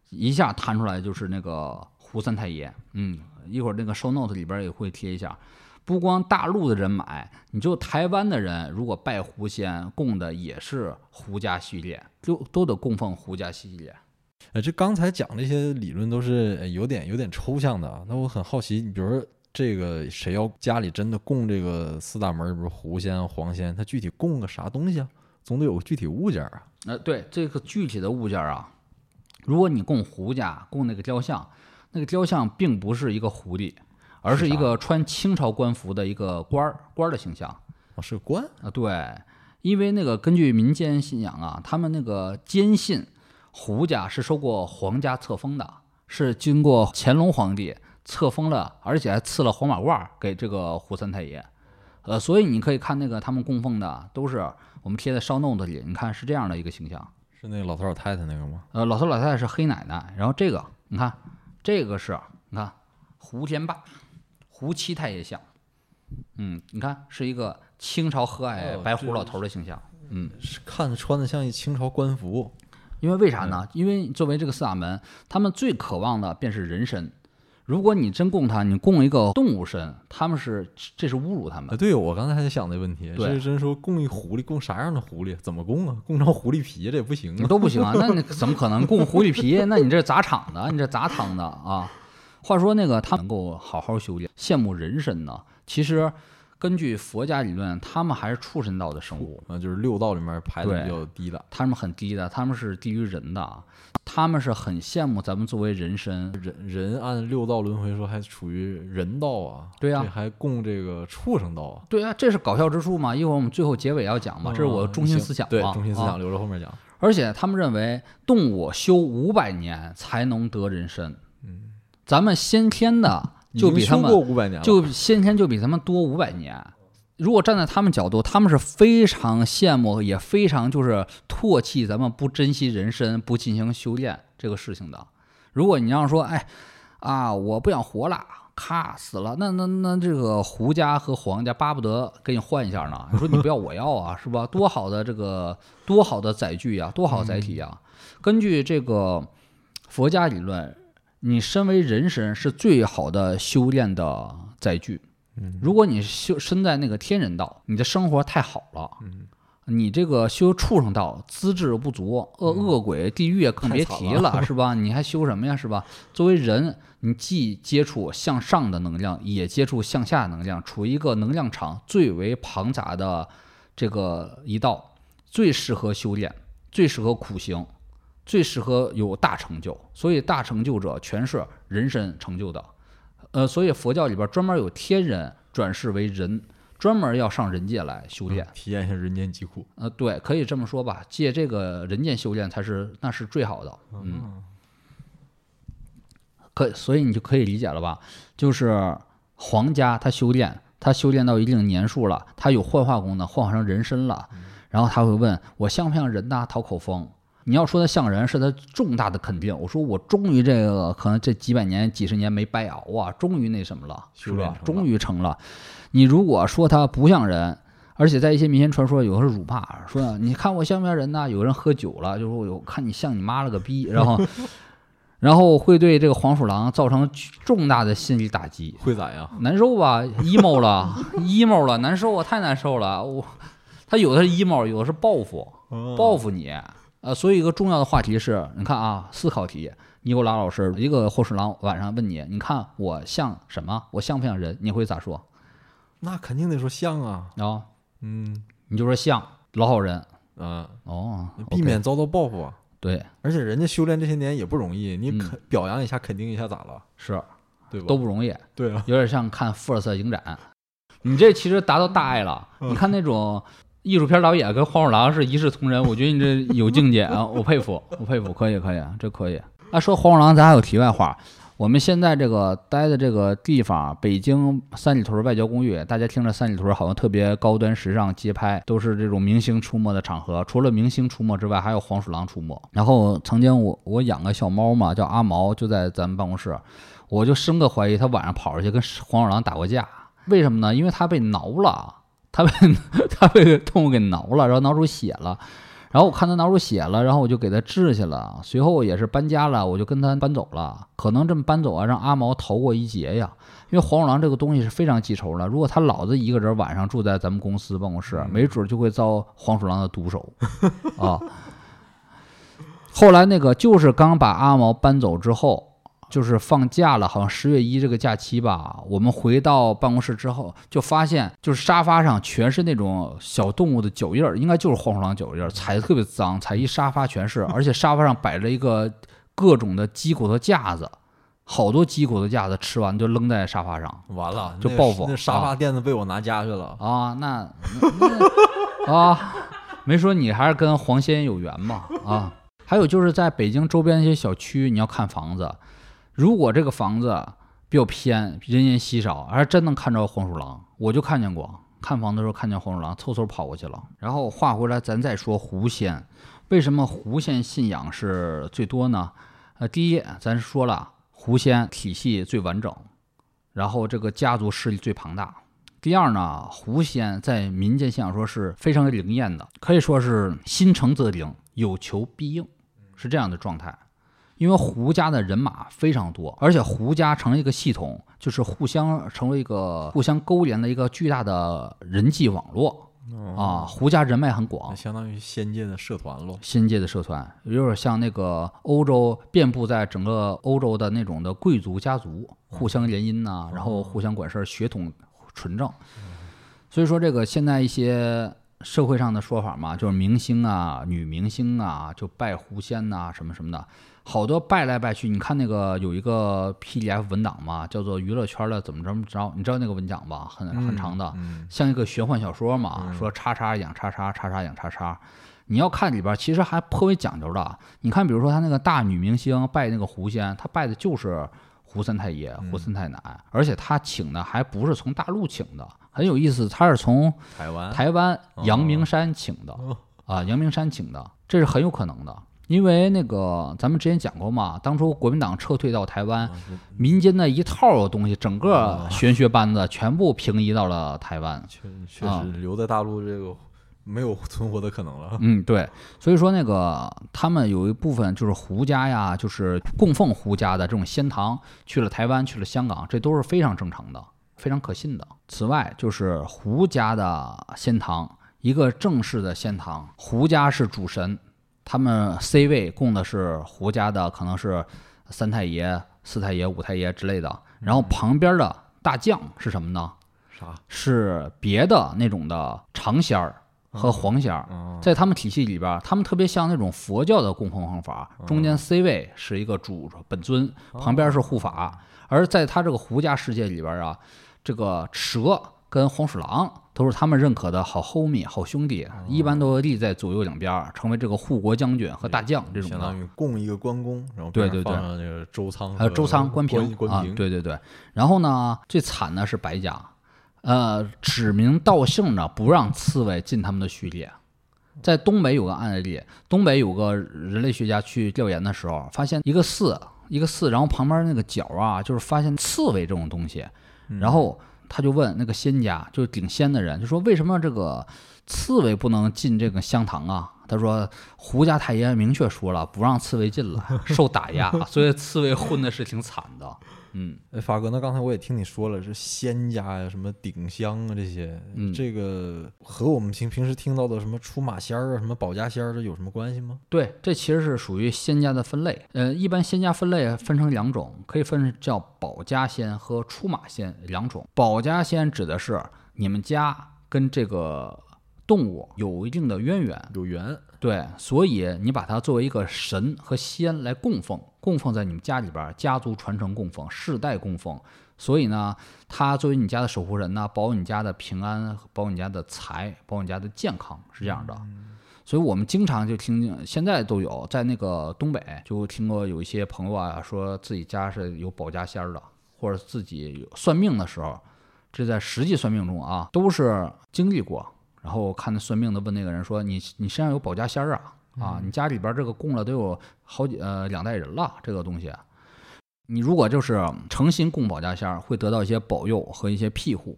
一下弹出来就是那个胡三太爷。一会儿那个 show note 里边也会贴一下。不光大陆的人买，你就台湾的人如果拜狐仙供的也是胡家系列，就都得供奉胡家系列。 这刚才讲这些理论都是有点抽象的啊。那我很好奇，你比如说这个谁要家里真的供这个四大门，比如狐仙、黄仙，他具体供个啥东西啊？总得有个具体物件啊。 对，这个具体的物件啊，如果你供胡家供那个雕像，那个雕像并不是一个狐狸，而是一个穿清朝官服的一个官儿的形象。 是个官啊？对，因为那个根据民间信仰啊，他们那个坚信胡家是受过皇家册封的，是经过乾隆皇帝册封了，而且还赐了黄马褂给这个胡三太爷。所以你可以看那个他们供奉的都是我们贴在show note里，你看是这样的一个形象。 是那个老头老太太那个吗？ 老头老太太是黑奶奶，然后这个你看，这个是你看胡天霸、胡七太爷像。你看是一个清朝和蔼白胡老头的形象。 是看着穿的像一清朝官服。 因为为啥呢？因为作为这个四大门，他们最渴望的便是人参。如果你真供他，你供一个动物参，这是侮辱他们。 对，我刚才还在想这问题，这真说供一狐狸，供啥样的狐狸？怎么供啊？供成狐狸皮这也不行啊， 都不行啊。那你怎么可能供狐狸皮？那你这砸场的，你这砸汤的啊！话说那个他们能够好好修炼，羡慕人参呢？其实根据佛家理论，他们还是畜生道的生物就是六道里面排的比较低的。 他们很低的，他们是低于人的。他们是很羡慕咱们作为人参， 人按六道轮回说还处于人道啊。 对啊， 还供这个畜生道啊。 对啊，这是搞笑之处嘛。一会儿我们最后结尾要讲嘛，这是我中心思想嘛。 对，中心思想留着后面讲。 而且他们认为动物修500年才能得人参。咱们先天的就比他们先天就比咱们多500年。如果站在他们角度，他们是非常羡慕，也非常就是唾弃咱们不珍惜人参、不进行修炼这个事情的。如果你要说，我不想活了，咔死了，那这个胡家和黄家巴不得给你换一下呢。你说你不要我要啊，是吧？多好的载具呀，多好的载体呀！根据这个佛家理论，你身为人参是最好的修炼的载具。如果你身在那个天人道，你的生活太好了，你这个修畜生道资质不足，恶鬼地狱更别提了，是吧？你还修什么呀，是吧？作为人，你既接触向上的能量，也接触向下的能量，处于一个能量场最为庞杂的这个一道，最适合修炼，最适合苦行，最适合有大成就。所以大成就者全是人参成就的。所以佛教里边专门有天人转世为人，专门要上人界来修炼， 体验一下人间疾苦。 对，可以这么说吧，借这个人间修炼那是最好的。所以你就可以理解了吧？就是皇家他修炼到一定年数了，他有幻化功能，幻化成人参了，然后他会问我像不像人呐？讨口风。你要说他像人，是他重大的肯定。我说我终于这个可能这几百年、几十年没白熬啊，终于那什么了，是吧？终于成了。你如果说他不像人，而且在一些民间传说，有的是辱骂，说你看我像不像人呢？有人喝酒了，就说我看你像你妈了个逼，然后会对这个黄鼠狼造成重大的心理打击。 会咋样？ 难受吧 ？emo 了，难受啊，太难受了。他有的是 emo， 有的是报复你。所以一个重要的话题是，你看啊，思考题，尼古拉老师一个黄鼠狼晚上问你，你看我像什么？我像不像人？你会咋说？ 那肯定得说像啊。 你就说像老好人。 避免遭到报复啊。 对， 而且人家修炼这些年也不容易，你表扬一下，肯定一下咋了？ 是， 对吧？ 都不容易。 对啊， 有点像看福尔瑟影展。你这其实达到大爱了。你看那种艺术片导演跟黄鼠狼是一视同仁，我觉得你这有境界啊，我佩服，可以，这可以。说黄鼠狼，咱还有题外话。我们现在这个待的这个地方，北京三里屯外交公寓，大家听着三里屯好像特别高端时尚街拍，都是这种明星出没的场合。除了明星出没之外，还有黄鼠狼出没。然后曾经我养个小猫嘛，叫阿毛，就在咱们办公室，我就深刻怀疑它晚上跑出去跟黄鼠狼打过架。为什么呢？因为它被挠了。他被动物给挠了，然后挠出血了， 然后我看他拿出血了，然后我就给他治去了。随后也是搬家了，我就跟他搬走了。可能这么搬走啊，让阿毛逃过一劫呀。因为黄鼠狼这个东西是非常记仇的，如果他老子一个人晚上住在咱们公司办公室，没准就会遭黄鼠狼的毒手啊。后来那个就是刚把阿毛搬走之后，就是放假了，好像10月1这个假期吧，我们回到办公室之后，就发现就是沙发上全是那种小动物的脚印儿，应该就是黄鼠狼脚印儿，踩得特别脏，踩一沙发全是，而且沙发上摆着一个各种的鸡骨头架子，好多鸡骨头架子吃完就扔在沙发上， 完了就报复。 那沙发垫子被我拿家去了啊！那啊，没说你还是跟黄仙有缘嘛啊！还有就是在北京周边一些小区，你要看房子，如果这个房子比较偏，人烟稀少，还真能看着黄鼠狼。我就看见过，看房的时候看见黄鼠狼，嗖嗖跑过去了。然后话回来，咱再说狐仙，为什么狐仙信仰是最多呢？第一，咱说了，狐仙体系最完整，然后这个家族势力最庞大。第二呢，狐仙在民间信仰说是非常灵验的，可以说是心诚则灵，有求必应，是这样的状态。因为狐家的人马非常多，而且狐家成了一个系统，就是成为一个互相勾连的一个巨大的人际网络啊。狐家人脉很广， 相当于仙界的社团咯。 仙界的社团有点像那个欧洲遍布在整个欧洲的那种的贵族家族，互相联姻呐，然后互相管事，血统纯正。所以说这个现在一些社会上的说法嘛，就是明星啊、女明星啊，就拜狐仙呐、什么什么的。好多拜来拜去，你看那个有一个 PDF 文档嘛，叫做娱乐圈的怎么着，你知道那个文档吧？很长的，像一个玄幻小说嘛，说叉叉养叉叉，叉叉养叉叉。你要看里边，其实还颇为讲究的。你看，比如说他那个大女明星拜那个狐仙，他拜的就是胡三太爷、胡三太奶，而且他请的还不是从大陆请的，很有意思，他是从台湾阳明山请的啊，阳明山请的，这是很有可能的。因为那个咱们之前讲过嘛，当初国民党撤退到台湾，民间的一套的东西，整个玄学班子全部平移到了台湾， 确实留在大陆这个没有存活的可能了。 对，所以说那个他们有一部分就是狐家呀，就是供奉狐家的这种仙堂去了台湾，去了香港，这都是非常正常的，非常可信的。此外，就是狐家的仙堂，一个正式的仙堂，狐家是主神。他们 C 位供的是狐家的，可能是3太爷、4太爷、5太爷之类的。然后旁边的大将是什么呢？ 啥？ 是别的那种的长仙儿和黄仙儿。在他们体系里边，他们特别像那种佛教的供奉方法，中间 C 位是一个主本尊，旁边是护法。而在他这个狐家世界里边啊，这个蛇跟黄鼠狼都是他们认可的好 homie 好兄弟，一般都立在左右两边，成为这个护国将军和大将这种的， 相当于供一个关公，然后对放上那个周仓， 还有周仓、关平啊， 对。然后呢，最惨的是白家，指名道姓的不让刺猬进他们的序列。在东北有个案例，东北有个人类学家去调研的时候，发现一个寺，然后旁边那个角啊，就是发现刺猬这种东西，然后他就问那个仙家，就是顶仙的人，就说为什么这个刺猬不能进这个香堂啊？他说胡家太爷明确说了，不让刺猬进来，受打压，所以刺猬混的是挺惨的。 发哥，那刚才我也听你说了，是仙家呀，什么顶香啊这些，这个和我们平时听到的什么出马仙儿啊、什么保家仙儿，这有什么关系吗？ 对，这其实是属于仙家的分类。一般仙家分类分成两种，可以分叫保家仙和出马仙两种。保家仙指的是你们家跟这个动物有一定的渊源， 有缘。 对，所以你把它作为一个神和仙来供奉在你们家里边，家族传承供奉，世代供奉。所以呢，它作为你家的守护人呢，保你家的平安，保你家的财，保你家的健康，是这样的。所以我们经常就听，现在都有，在那个东北就听过有一些朋友啊，说自己家是有保家仙的，或者自己算命的时候，这在实际算命中啊，都是经历过。然后看那算命的问那个人说：“你身上有保家仙啊？啊，你家里边这个供了都有好几2代人了，这个东西，你如果就是诚心供保家仙，会得到一些保佑和一些庇护；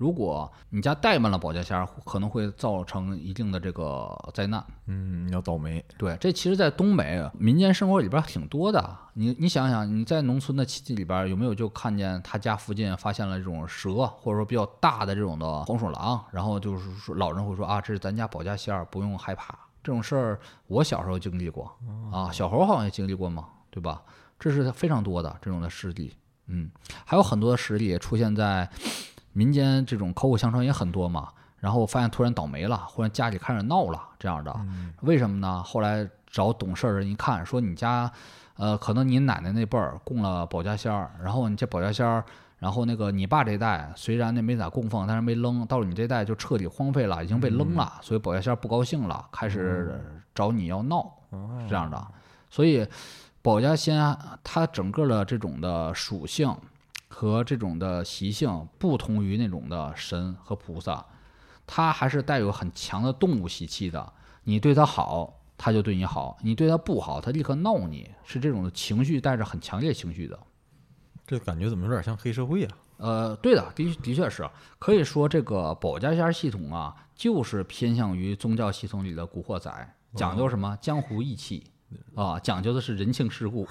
如果你家怠慢了保家仙儿，可能会造成一定的这个灾难。 要倒霉。 对，这其实在东北民间生活里边挺多的。你想想，你在农村的亲戚里边有没有就看见他家附近发现了这种蛇，或者说比较大的这种的黄鼠狼，然后就是说老人会说啊，这是咱家保家仙儿，不用害怕。这种事儿我小时候经历过啊，小猴好像也经历过嘛，对吧？这是非常多的这种的事例。还有很多的实例出现在民间，这种口口相传也很多嘛。然后发现突然倒霉了，或者家里开始闹了这样的，为什么呢？后来找懂事的人一看，说你家，可能你奶奶那辈儿供了保家仙儿，然后你这保家仙儿，然后那个你爸这代虽然那没咋供奉，但是没扔，到了你这代就彻底荒废了，已经被扔了，所以保家仙儿不高兴了，开始找你要闹，这样的。所以保家仙它整个的这种的属性和这种的习性不同于那种的神和菩萨，它还是带有很强的动物习气的。你对它好，它就对你好；你对它不好，它立刻闹你，是这种的情绪带着很强烈情绪的。 这感觉怎么有点像黑社会啊？ 对的，的确是可以说这个保家仙系统啊，就是偏向于宗教系统里的古惑仔，讲究什么江湖义气。讲究的是人情世故，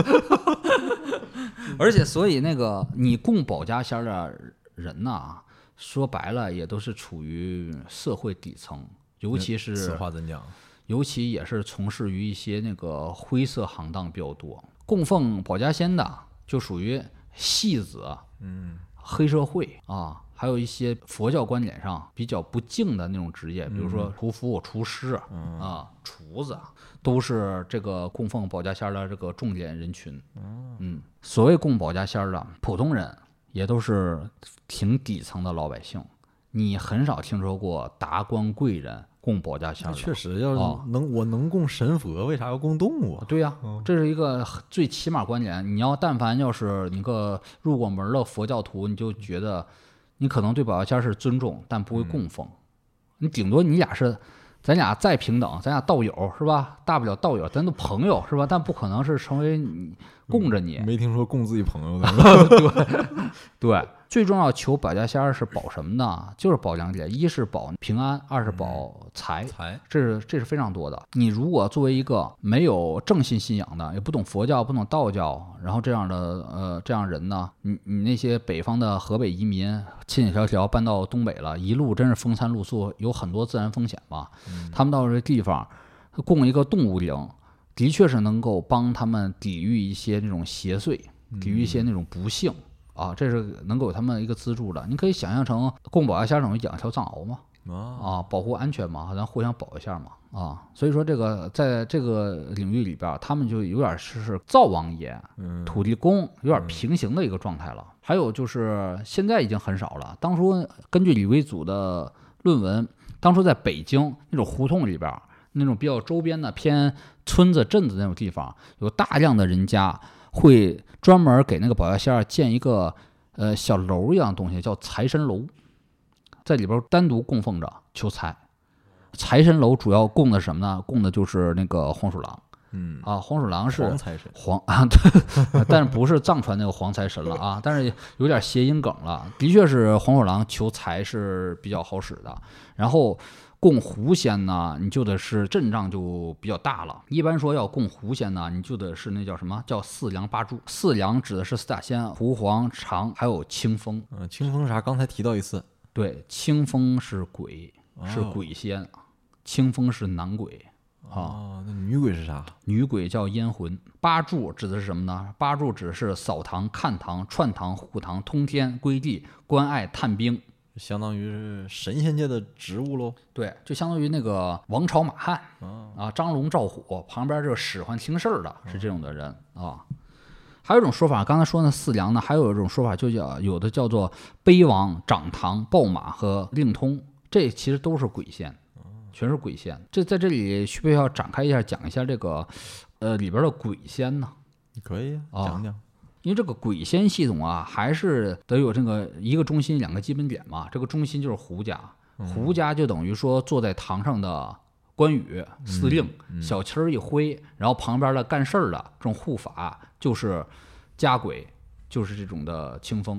而且所以那个你供保家仙的人呐，说白了也都是处于社会底层，尤其是此话怎讲？ 尤其也是从事于一些那个灰色行当比较多。供奉保家仙的就属于戏子，黑社会啊，还有一些佛教观点上比较不敬的那种职业，比如说屠夫、厨师厨子。都是这个供奉保家仙的这个重点人群。所谓供保家仙的普通人，也都是挺底层的老百姓。你很少听说过达官贵人供保家仙的。 确实，要是我能供神佛，为啥要供动物？ 对呀，这是一个最起码观点。你要但凡要是你个入过门的佛教徒，你就觉得你可能对保家仙是尊重，但不会供奉。你顶多你俩是。咱俩再平等，咱俩道友是吧？大不了道友，咱都朋友是吧？但不可能是成为你供着你。 没听说供自己朋友的。 对，最重要求保家仙是保什么呢？就是保两点，一是保平安，二是保财。这是非常多的。你如果作为一个没有正信信仰的，也不懂佛教、不懂道教，然后这样的这样人呢，你那些北方的河北移民千里迢迢搬到东北了，一路真是风餐露宿，有很多自然风险嘛。他们到这地方供一个动物灵，的确是能够帮他们抵御一些那种邪祟，抵御一些那种不幸。这是能够有他们一个资助的。你可以想象成供保家仙等于养条藏獒嘛，保护安全嘛，咱互相保一下嘛，所以说这个在这个领域里边，他们就有点是灶王爷、土地公有点平行的一个状态了。还有就是现在已经很少了。当初根据李维祖的论文，当初在北京那种胡同里边，那种比较周边的偏村子镇子那种地方，有大量的人家会专门给那个保家仙建一个小楼一样的东西，叫财神楼，在里边单独供奉着求财。财神楼主要供的什么呢？供的就是那个黄鼠狼。黄鼠狼是黄财神对，但是不是藏传那个黄财神了啊？但是有点谐音梗了。的确是黄鼠狼求财是比较好使的。然后供狐仙呢，你就得是阵仗就比较大了。一般说要供狐仙呢，你就得是那叫什么叫四梁八柱。四梁指的是四大仙，狐、黄、长，还有清风。 清风啥？刚才提到一次。 对，清风是鬼，是鬼仙，清风是男鬼。 那女鬼是啥？ 女鬼叫烟魂。八柱指的是什么呢？八柱指的是扫堂、看堂、串堂、护堂、通天、归地、关爱、探兵， 相当于是神仙界的职务喽。 对，就相当于那个王朝马汉张龙赵虎旁边这个使唤听事儿的，是这种的人还有一种说法，刚才说那四梁呢，还有一种说法，就有的叫做碑王、掌堂、报马和令通，这其实都是鬼仙。全是鬼仙。这在这里需不需要展开一下讲一下这个里边的鬼仙呢？ 可以讲讲。 因为这个鬼仙系统啊，还是得有这个一个中心两个基本点嘛。这个中心就是胡家，胡家就等于说坐在堂上的关羽司令，小旗儿一挥，然后旁边的干事儿的这种护法就是家鬼，就是这种的清风。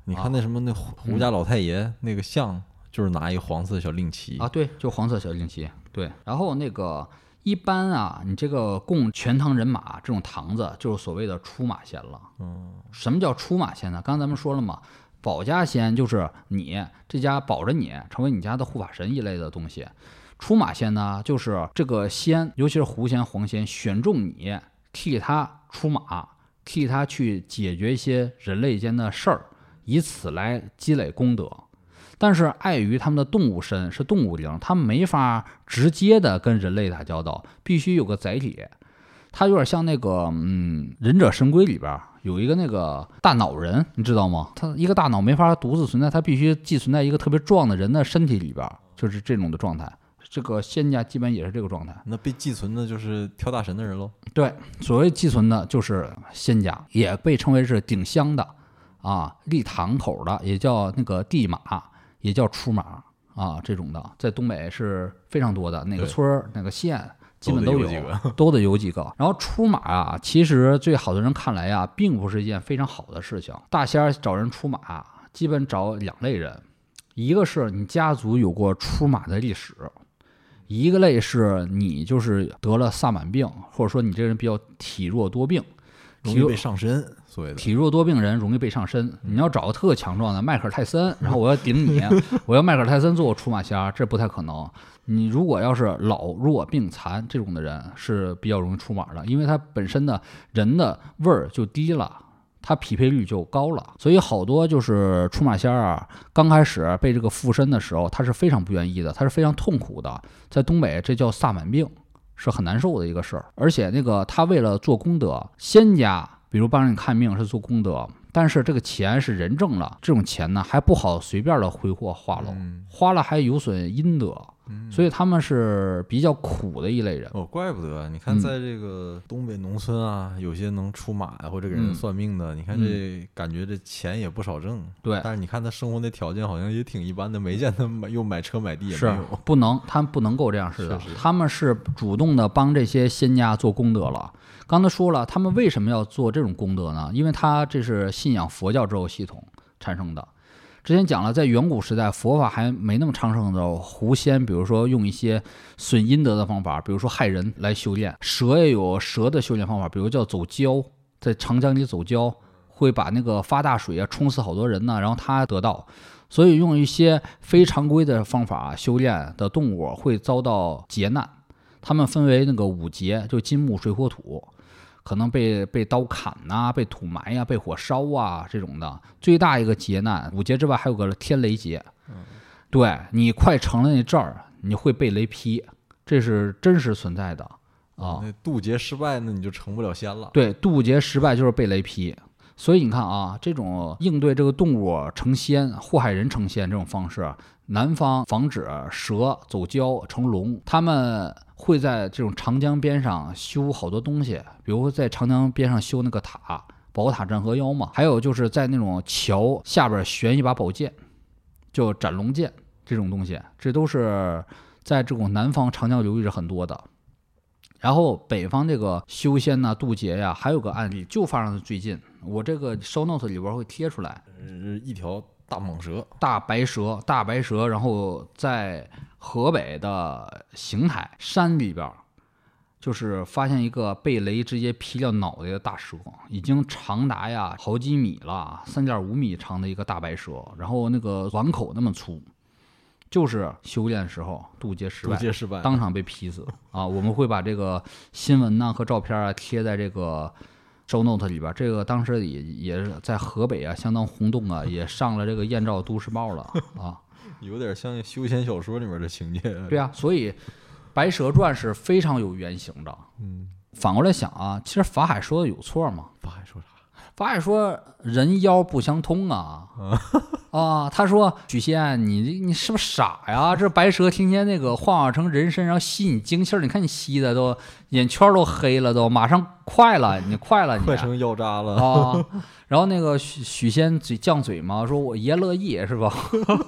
你看那什么那胡家老太爷那个像，就是拿一个黄色小令旗啊，对，就黄色小令旗。对，然后那个一般啊，你这个供全堂人马这种堂子，就是所谓的出马仙了。什么叫出马仙呢？刚才咱们说了嘛，保家仙就是你这家保着你，成为你家的护法神一类的东西。出马仙呢，就是这个仙，尤其是狐仙、黄仙，选中你，替他出马，替他去解决一些人类间的事儿，以此来积累功德。但是碍于他们的动物身是动物灵，他们没法直接的跟人类打交道，必须有个载体。它有点像那个忍者神龟里边有一个那个大脑人，你知道吗？他一个大脑没法独自存在，他必须寄存在一个特别壮的人的身体里边，就是这种的状态。这个仙家基本也是这个状态。 那被寄存的就是跳大神的人喽？ 对，所谓寄存的就是仙家，也被称为是顶香的啊，立堂口的也叫那个地马，也叫出马啊，这种的在东北是非常多的，哪个村哪个县基本都有，都得有几个。然后出马啊，其实对好多人看来啊，并不是一件非常好的事情。大仙找人出马，基本找两类人，一个是你家族有过出马的历史，一个类是你就是得了萨满病，或者说你这人比较体弱多病， 容易被上身。所谓的体弱多病人容易被上身，你要找个特强壮的迈克尔泰森，然后我要顶你，我要迈克尔泰森做我出马仙，这不太可能。你如果要是老弱病残这种的人是比较容易出马的，因为他本身的人的味儿就低了，他匹配率就高了。所以好多就是出马仙啊，刚开始被这个附身的时候，他是非常不愿意的，他是非常痛苦的。在东北这叫萨满病，是很难受的一个事儿。而且那个他为了做功德，仙家比如帮人看命是做功德，但是这个钱是人挣了，这种钱呢还不好随便的挥霍花了，花了还有损阴德，所以他们是比较苦的一类人。 怪不得你看在这个东北农村啊，有些能出马呀或者给人算命的，你看这感觉这钱也不少挣。 对， 但是你看他生活的条件好像也挺一般的，没见他又买车买地也没有。 是不能，他们不能够这样似的，他们是主动的帮这些仙家做功德了。刚才说了，他们为什么要做这种功德呢？因为他这是信仰佛教之后系统产生的。之前讲了，在远古时代，佛法还没那么昌盛的时候，狐仙比如说用一些损阴德的方法，比如说害人来修炼；蛇也有蛇的修炼方法，比如叫走蛟，在长江里走蛟，会把那个发大水啊冲死好多人呢，然后他得道。所以用一些非常规的方法修炼的动物会遭到劫难。他们分为那个五劫，就金木水火土。可能被刀砍呐、被土埋呀、被火烧啊这种的。最大一个劫难，五劫之外还有个天雷劫。对，你快成了那阵儿，你会被雷劈，这是真实存在的啊。 那渡劫失败，那你就成不了仙了。 对，渡劫失败就是被雷劈。所以你看啊，这种应对这个动物成仙、祸害人成仙这种方式，南方防止蛇走蛟成龙，他们会在这种长江边上修好多东西，比如在长江边上修那个塔，宝塔镇河妖嘛，还有就是在那种桥下边悬一把宝剑，就斩龙剑这种东西，这都是在这种南方长江流域是很多的。然后北方这个修仙呐、渡劫呀，还有个案例就发生在最近，我这个 show note 里边会贴出来， 一条大蟒蛇、 大白蛇，然后在河北的邢台山里边，就是发现一个被雷直接劈掉脑袋的大蛇，已经长达呀好几米了，3.5米长的一个大白蛇，然后那个碗口那么粗。就是修炼的时候渡劫失败，当场被劈死啊！我们会把这个新闻呢和照片啊贴在这个 show note 里边。这个当时也是在河北啊相当轰动啊，也上了这个燕赵都市报了啊。 有点像修仙小说里面的情节。 对啊，所以《白蛇传》是非常有原型的。反过来想啊，其实法海说的有错吗？ 法海说啥？ 法海说人妖不相通啊。他说许仙，你是不是傻呀？这白蛇天天那个幻化成人身，然后吸你精气儿，你看你吸的都眼圈都黑了，都马上快了，你快成药渣了啊！然后那个许仙犟嘴嘛，说我爷乐意是吧？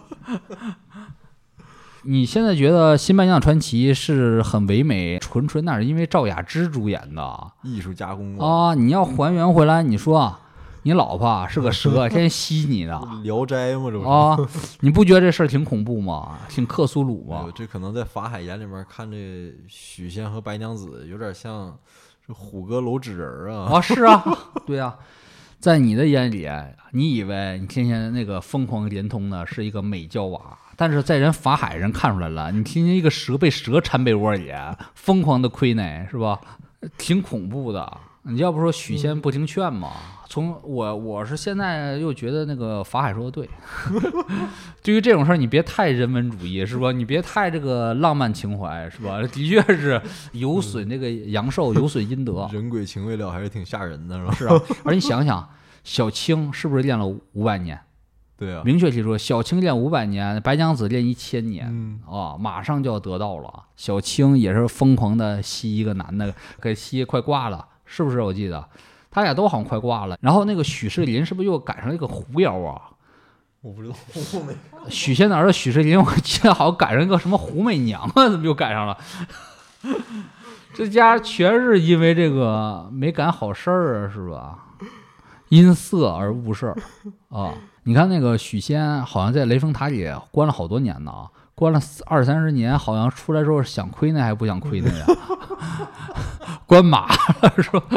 你现在觉得《新白娘子传奇》是很唯美，纯那是因为赵雅芝主演的艺术加工啊！你要还原回来，你说你老婆是个蛇，天天吸你的。 聊斋嘛，这不是啊？你不觉得这事儿挺恐怖吗？挺克苏鲁吗？ 这可能在法海眼里面看这许仙和白娘子，有点像这虎哥搂纸人啊。 啊，是啊，对啊。在你的眼里，你以为你天天那个疯狂连通的是一个美娇娃，但是在人法海人看出来了，你天天一个蛇被蛇缠被窝里，疯狂的亏内，是吧？挺恐怖的。你要不说许仙不听劝嘛？从我是现在又觉得那个法海说的对。对于这种事儿，你别太人文主义，是吧？你别太这个浪漫情怀，是吧？的确是有损那个阳寿，有损阴德。 人鬼情未了，还是挺吓人的，是吧？ 是啊，而你想想，小青是不是练了500年？ 对啊， 明确提出，小青练500年，白娘子练1000年，马上就要得到了。小青也是疯狂的吸一个男的，给吸快挂了，是不是？我记得他俩都好像快挂了。然后那个许世林是不是又赶上一个狐妖啊？ 我不知道， 许仙的儿子许世林，我记得好像赶上一个什么胡媚娘啊，怎么又赶上了？这家全是因为这个没赶好事儿啊，是吧？因色而误事啊！你看那个许仙，好像在雷峰塔里关了好多年呢，关了20-30年，好像出来之后想亏呢还不想亏呢呀？关麻了是吧？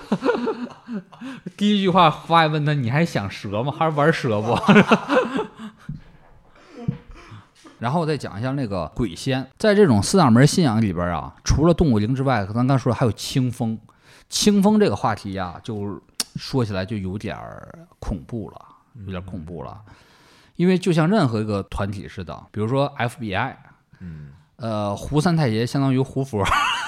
第一句话发问他：“你还想蛇吗？还是玩蛇不？”然后再讲一下那个鬼仙，在这种4大门信仰里边啊，除了动物灵之外，咱刚说还有清风。清风这个话题呀，就说起来就有点恐怖了，因为就像任何一个团体似的，比如说 FBI，胡三太爷相当于胡佛，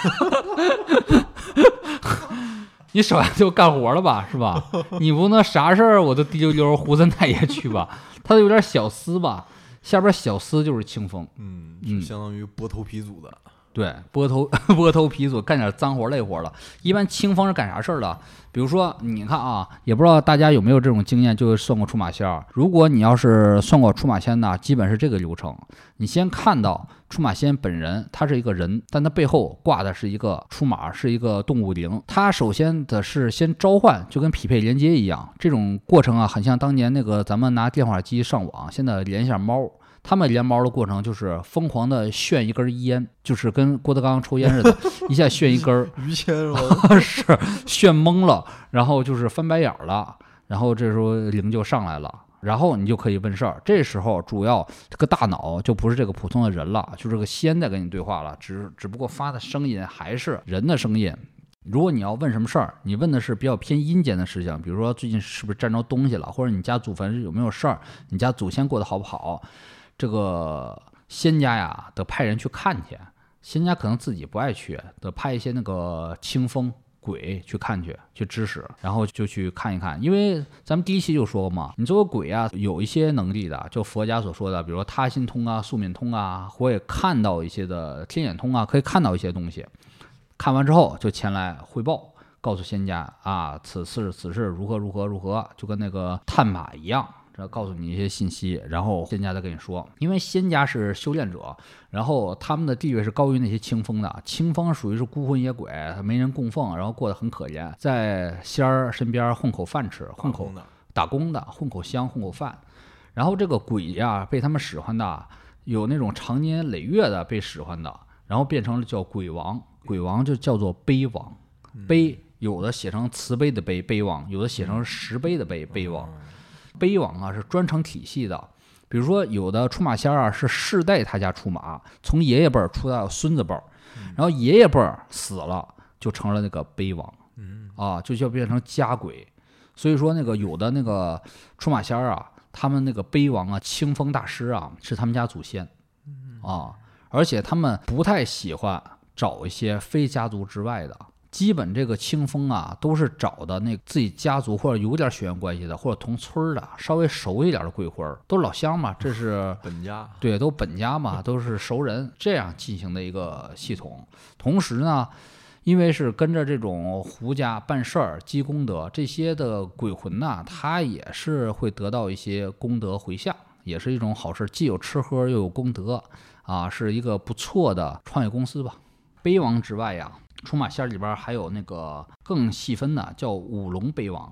你手下就干活了吧，是吧？你不能啥事儿我都滴溜溜胡三太爷去吧？他有点小厮吧，下边小厮就是清风， 是相当于拨头皮组的。 对，拨头皮组干点脏活累活了。一般清风是干啥事儿的？比如说，你看啊，也不知道大家有没有这种经验，就是算过出马仙儿。如果你要是算过出马仙呢，基本是这个流程：你先看到出马仙本人，他是一个人，但他背后挂的是一个出马，是一个动物灵。他首先的是先召唤，就跟匹配连接一样。这种过程啊，很像当年那个咱们拿电话机上网，现在连一下猫。他们连猫的过程就是疯狂的炫一根烟，就是跟郭德纲抽烟似的，一下炫一根于谦是吧？ 是炫懵了，然后就是翻白眼了，然后这时候灵就上来了，然后你就可以问事儿。这时候主要这个大脑就不是这个普通的人了，就是这个仙在跟你对话了，只不过发的声音还是人的声音。如果你要问什么事儿，你问的是比较偏阴间的事情，比如说最近是不是沾着东西了，或者你家祖坟有没有事儿，你家祖先过得好不好，这个仙家呀得派人去看去，仙家可能自己不爱去，得派一些那个清风鬼去看去指使，然后就去看一看。因为咱们第一期就说过嘛，你作为鬼啊有一些能力的，就佛家所说的比如说他心通啊、宿命通啊，或者看到一些的天眼通啊，可以看到一些东西，看完之后就前来汇报，告诉仙家啊此事如何，就跟那个探马一样，告诉你一些信息，然后仙家再跟你说。因为仙家是修炼者，然后他们的地位是高于那些清风的。清风属于是孤魂野鬼，没人供奉，然后过得很可怜，在仙儿身边混口饭吃，打工的，混口香，混口饭。然后这个鬼呀，被他们使唤的，有那种长年累月的被使唤的，然后变成了叫鬼王。鬼王就叫做悲王，悲有的写成慈悲的悲王，有的写成石碑的悲王。碑王啊是专程体系的，比如说有的出马仙啊是世代他家出马，从爷爷辈出到孙子辈，然后爷爷辈死了就成了那个碑王，就变成家鬼。所以说那个有的那个出马仙啊，他们那个碑王啊、清风大师啊是他们家祖先啊，而且他们不太喜欢找一些非家族之外的。基本这个清风啊，都是找的那自己家族或者有点血缘关系的，或者同村的，稍微熟一点的鬼魂，都是老乡嘛，这是本家， 对，都本家嘛，都是熟人，这样进行的一个系统。同时呢，因为是跟着这种胡家办事儿、积功德，这些的鬼魂呢，他也是会得到一些功德回向，也是一种好事，既有吃喝又有功德啊，是一个不错的创业公司吧。碑王之外呀。出马仙里边还有那个更细分的，叫五龙碑王。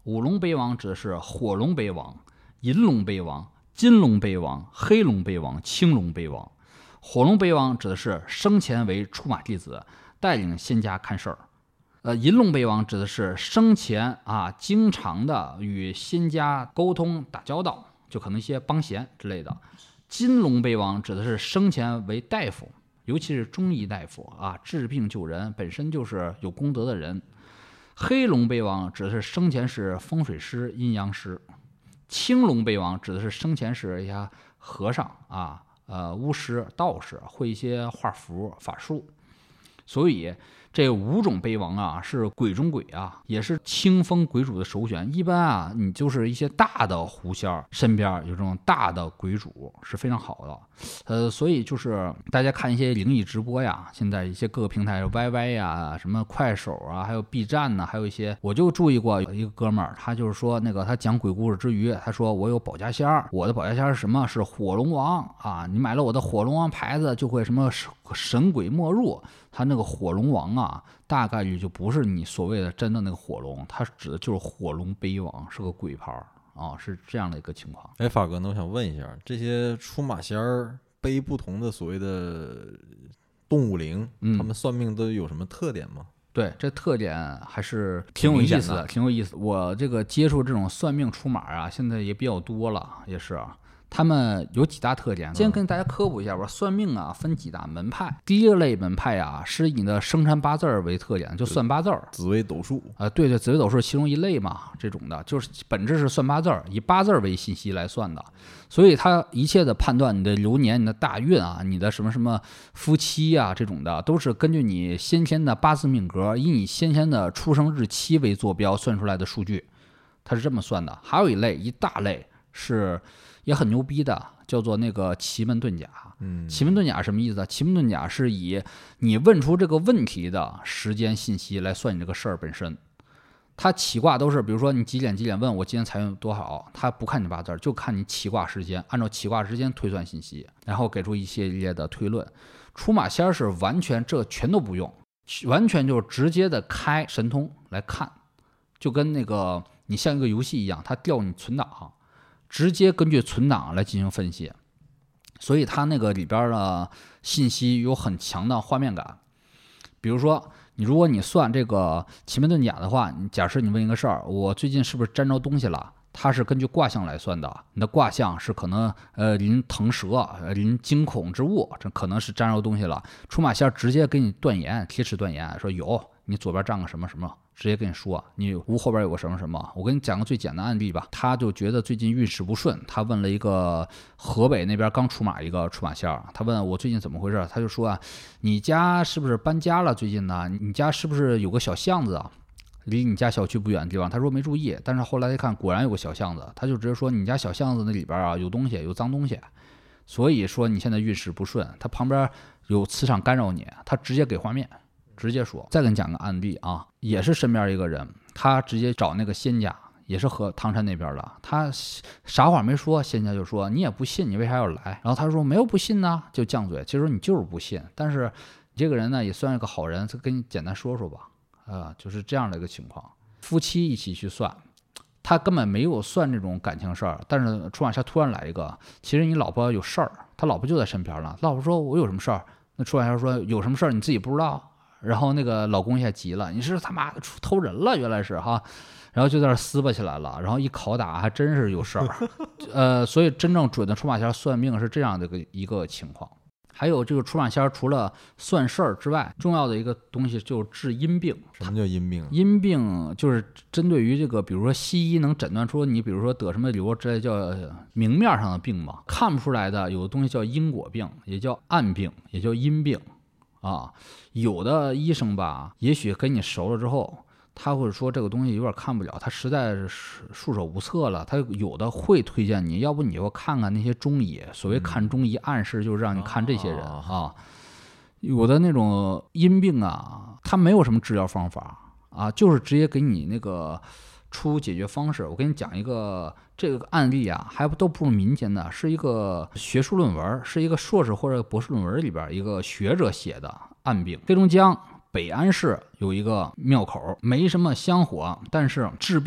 五龙杯王指的是火龙杯王、银龙杯王、金龙杯王、黑龙杯王、青龙杯王。火龙杯王指的是生前为出马弟子，带领仙家看事儿。银龙杯王指的是生前经常的与仙家沟通打交道，就可能一些帮闲之类的。金龙杯王指的是生前为大夫，尤其是中医大夫治病救人，本身就是有功德的人。黑龙杯王指的是生前是风水师、阴阳师。青龙杯王指的是生前是一些和尚巫师、道士，会一些画符法术。所以这5种杯王是鬼中鬼也是清风鬼主的首选。一般你就是一些大的狐仙身边有这种大的鬼主是非常好的。所以就是大家看一些灵异直播现在一些各个平台YY什么快手还有 B 站还有一些，我就注意过有一个哥们儿，他就是说他讲鬼故事之余，他说我有保家仙儿，我的保家仙儿是什么？是火龙王你买了我的火龙王牌子就会什么神鬼莫入。他那个火龙王大概率就不是你所谓的真的那个火龙，他指的就是火龙杯王，是个鬼牌是这样的一个情况。 法哥，那我想问一下，这些出马仙儿背不同的所谓的动物灵，他们算命都有什么特点吗？ 对，这特点还是挺有意思的，挺有意思。我这个接触这种算命出马现在也比较多了，也是他们有几大特点，先跟大家科普一下吧。算命分几大门派，第一类门派是以你的生辰八字为特点，就算八字， 紫微斗数对，紫微斗数其中一类嘛，这种的就是本质是算八字，以八字为信息来算的。所以他一切的判断，你的流年、你的大运你的什么什么夫妻这种的，都是根据你先天的八字命格，以你先天的出生日期为坐标算出来的数据，它是这么算的。还有一大类是也很牛逼的，叫做那个奇门遁甲。奇门遁甲什么意思？奇门遁甲是以你问出这个问题的时间信息来算你这个事儿本身。它起卦都是，比如说你几点问我今天财运多好，他不看你八字，就看你起卦时间，按照起卦时间推算信息，然后给出一系列的推论。出马仙是完全这全都不用，完全就是直接的开神通来看，就跟那个你像一个游戏一样，它调你存档，直接根据存档来进行分析，所以它那个里边的信息有很强的画面感。比如说如果你算这个奇门遁甲的话，假设你问一个事儿，我最近是不是沾着东西了，它是根据卦象来算的。你的卦象是可能临腾蛇，临惊恐之物，这可能是沾着东西了。出马仙直接给你断言，铁齿断言，说有，你左边站个什么什么，直接跟你说你屋后边有个什么什么。我跟你讲个最简单的案例吧，他就觉得最近运势不顺，他问了一个河北那边刚出马一个出马仙，他问我最近怎么回事，他就说你家是不是搬家了？最近呢，你家是不是有个小巷子离你家小区不远的地方？他说没注意，但是后来一看，果然有个小巷子，他就直接说你家小巷子那里边有东西，有脏东西，所以说你现在运势不顺，他旁边有磁场干扰你，他直接给画面。直接说。再给你讲个案例也是身边一个人，他直接找那个仙家，也是和唐山那边的，他啥话没说，仙家就说你也不信，你为啥要来？然后他说没有不信呢，就犟嘴。其实你就是不信，但是你这个人呢也算是个好人，就跟你简单说说吧，就是这样的一个情况。夫妻一起去算，他根本没有算这种感情事儿，但是出马仙突然来一个，其实你老婆有事儿，他老婆就在身边了，老婆说我有什么事儿？那出马仙说有什么事儿你自己不知道？然后那个老公也急了，你是他妈的偷人了，原来是然后就在那撕巴起来了，然后一拷打还真是有事儿，所以真正准的出马仙算命是这样的一个情况。还有这个出马仙除了算事儿之外，重要的一个东西就是治阴病。 什么叫阴病？ 阴病就是针对于这个，比如说西医能诊断出你，比如说得什么瘤之类叫明面上的病嘛，看不出来的有的东西叫因果病，也叫暗病，也叫阴病有的医生吧，也许跟你熟了之后，他会说这个东西有点看不了，他实在是束手无策了，他有的会推荐你，要不你就看看那些中医。所谓看中医，暗示就是让你看这些人有的那种阴病他没有什么治疗方法就是直接给你那个出解决方式。我跟你讲一个这个案例还都不是民间的，是一个学术论文，是一个硕士或者博士论文里边一个学者写的暗病。黑龙江北安市有一个庙口，没什么香火，但是治病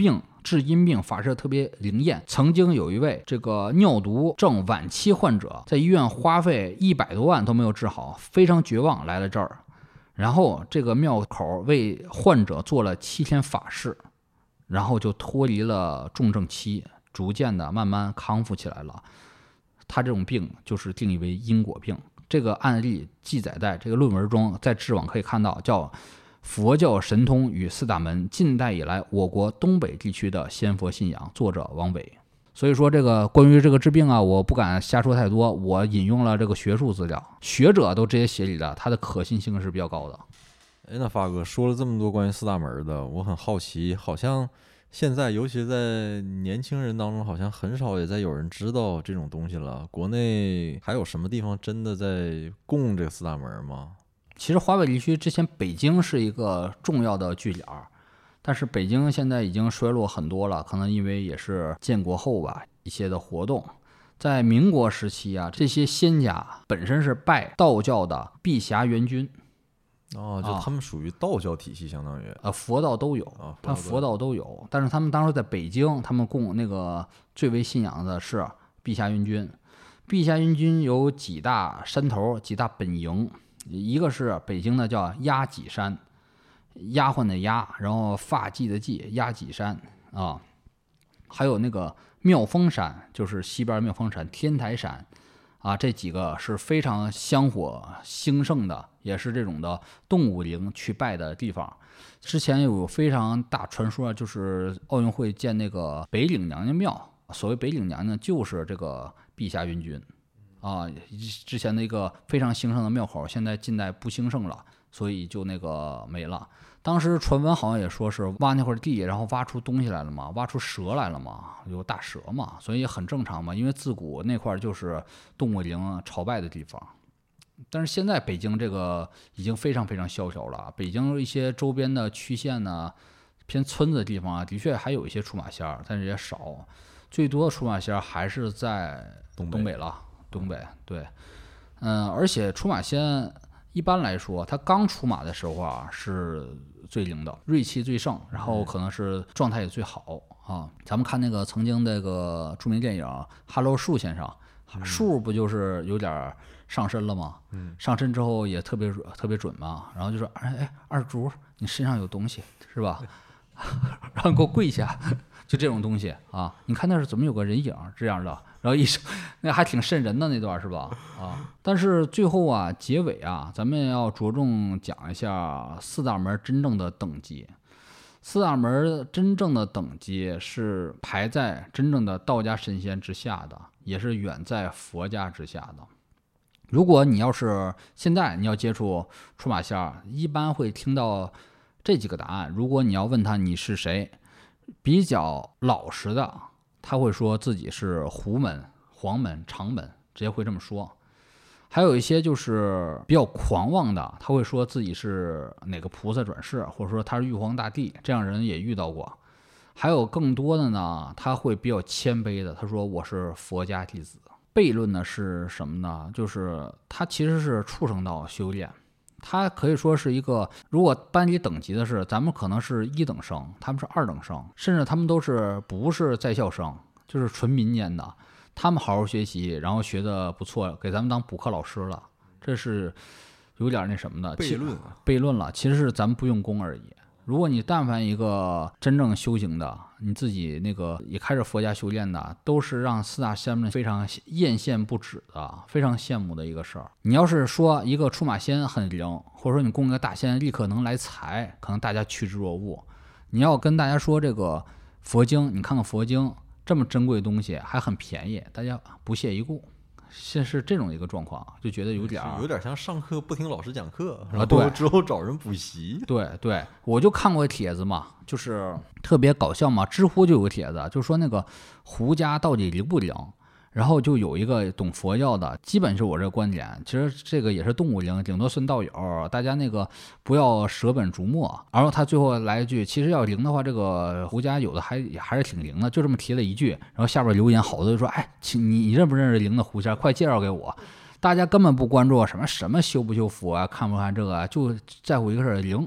治阴病法事特别灵验。曾经有一位这个尿毒症晚期患者，在医院花费100多万都没有治好，非常绝望来了这儿，然后这个庙口为患者做了7天法事，然后就脱离了重症期，逐渐的慢慢康复起来了。他这种病就是定义为因果病。这个案例记载在这个论文中，在知网可以看到，叫佛教神通与四大门，近代以来我国东北地区的仙佛信仰，作者王伟。所以说这个关于这个治病啊，我不敢瞎说太多，我引用了这个学术资料，学者都直接写里的，它的可信性是比较高的。 那发哥说了这么多关于四大门的，我很好奇，好像现在尤其在年轻人当中，好像很少也在有人知道这种东西了。国内还有什么地方真的在供这个四大门吗？ 其实华北地区之前北京是一个重要的据点，但是北京现在已经衰落很多了，可能因为也是建国后吧一些的活动。在民国时期啊，这些仙家本身是拜道教的碧霞元君。 就他们属于道教体系，相当于佛道都有，但佛道都有，但是他们当时在北京，他们供那个最为信仰的是碧霞元君。碧霞元君有几大山头，几大本营，一个是北京的叫压脊山，丫鬟的丫，然后发髻的髻，压脊山啊，还有那个妙峰山，就是西边妙峰山、天台山。这几个是非常香火兴盛的，也是这种的动物灵去拜的地方。之前有非常大传说，就是奥运会建那个北岭娘娘庙，所谓北岭娘娘就是这个碧霞元君之前的一个非常兴盛的庙口，现在近代不兴盛了，所以就那个没了。当时传闻好像也说是挖那块地，然后挖出东西来了嘛，挖出蛇来了嘛，有大蛇嘛，所以也很正常嘛，因为自古那块就是动物灵朝拜的地方。但是现在北京这个已经非常非常萧条了，北京一些周边的区县呢，偏村子的地方的确还有一些出马仙，但是也少，最多的出马仙还是在东北了，东北对，而且出马仙一般来说，他刚出马的时候是最灵的，锐气最盛，然后可能是状态也最好咱们看那个曾经那个著名电影《Hello 树先生》，树不就是有点上身了吗？上身之后也特别准嘛，然后就说：“哎，二竹，你身上有东西是吧？然后给我跪下。”就这种东西你看那是怎么有个人影这样的，然后一声，那还挺瘆人的那段是吧？但是最后结尾咱们要着重讲一下四大门真正的等级。四大门真正的等级是排在真正的道家神仙之下的，也是远在佛家之下的。如果你要是现在你要接触出马仙，一般会听到这几个答案。如果你要问他你是谁，比较老实的，他会说自己是胡门、黄门、长门，直接会这么说。还有一些就是比较狂妄的，他会说自己是哪个菩萨转世，或者说他是玉皇大帝，这样人也遇到过。还有更多的呢，他会比较谦卑的，他说我是佛家弟子。悖论呢是什么呢？就是他其实是畜生道修炼，他可以说是一个，如果班级等级的是，咱们可能是1等生，他们是2等生，甚至他们都是不是在校生，就是纯民间的。他们好好学习，然后学的不错，给咱们当补课老师了，这是有点那什么的悖论了。其实是咱们不用功而已。如果你但凡一个真正修行的，你自己那个也开始佛家修炼的，都是让四大仙们非常艳羡不止的，非常羡慕的一个事儿。你要是说一个出马仙很灵，或者说你供一个大仙立刻能来财，可能大家趋之若鹜。你要跟大家说这个佛经，你看看佛经这么珍贵的东西还很便宜，大家不屑一顾。现是这种一个状况，就觉得有点像上课不听老师讲课，然后之后找人补习。 对，我就看过帖子嘛，就是特别搞笑嘛。知乎就有个帖子，就说那个胡家到底灵不灵？然后就有一个懂佛教的，基本是我这个观点。其实这个也是动物灵，顶多算道友，大家那个不要舍本逐末。然后他最后来一句，其实要灵的话，这个胡家有的还是挺灵的，就这么提了一句。然后下边留言好多就说，哎，你认不认识灵的胡仙？快介绍给我。大家根本不关注什么修不修佛啊，看不看这个，就在乎一个事儿灵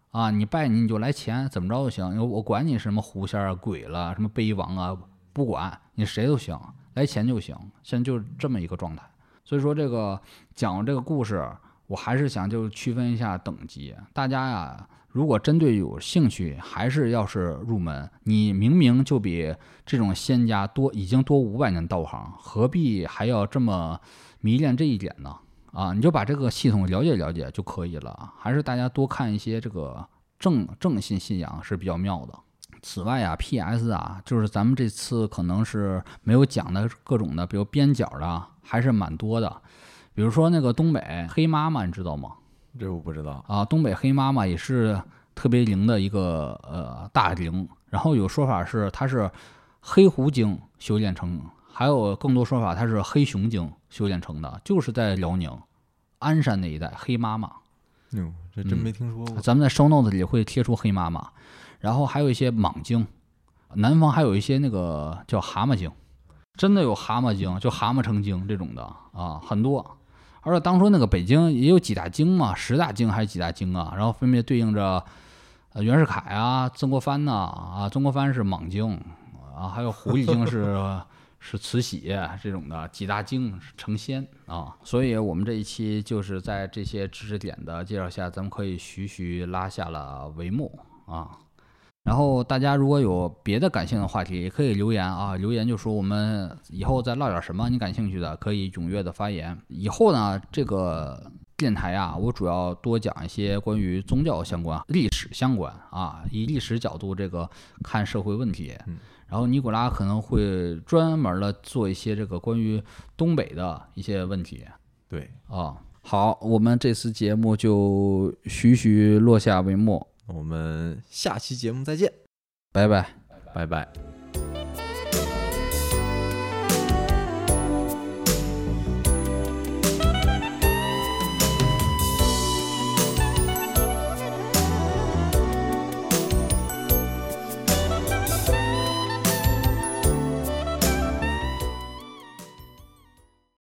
啊，你拜你就来钱，怎么着都行，我管你什么狐仙啊、鬼了、什么碑王啊，不管你谁都行，来钱就行。现在就是这么一个状态。所以说这个讲这个故事，我还是想就区分一下等级。大家呀，如果针对有兴趣，还是要是入门，你明明就比这种仙家已经多500年道行，何必还要这么迷恋这一点呢？啊，你就把这个系统了解了解就可以了。还是大家多看一些这个正信仰是比较妙的。此外啊 ，PS 啊，就是咱们这次可能是没有讲的各种的，比如边角的还是蛮多的。比如说那个东北黑妈妈，你知道吗？ 这我不知道啊。东北黑妈妈也是特别灵的一个大灵，然后有说法是它是黑狐精修炼成。还有更多说法，它是黑熊精修炼成的，就是在辽宁鞍山那一带黑妈妈。 这真没听说过。 咱们在 show notes 里会贴出黑妈妈，然后还有一些蟒精，南方还有一些那个叫蛤蟆精，真的有蛤蟆精，就蛤蟆成精这种的啊，很多。而且当初那个北京也有几大精嘛，10大精还是几大精啊？然后分别对应着袁世凯啊、曾国藩呐啊，曾国藩是蟒精啊，还有狐狸精是慈禧这种的几大精成仙啊，所以我们这一期就是在这些知识点的介绍下，咱们可以徐徐拉下了帷幕啊。然后大家如果有别的感兴趣的话题，也可以留言啊，留言就说我们以后再唠点什么你感兴趣的，可以踊跃的发言。以后呢，这个电台啊，我主要多讲一些关于宗教相关、历史相关啊，以历史角度这个看社会问题。然后尼古拉可能会专门的做一些这个关于东北的一些问题。 对啊，好，我们这次节目就徐徐落下帷幕， 我们下期节目再见， 拜拜， 拜拜。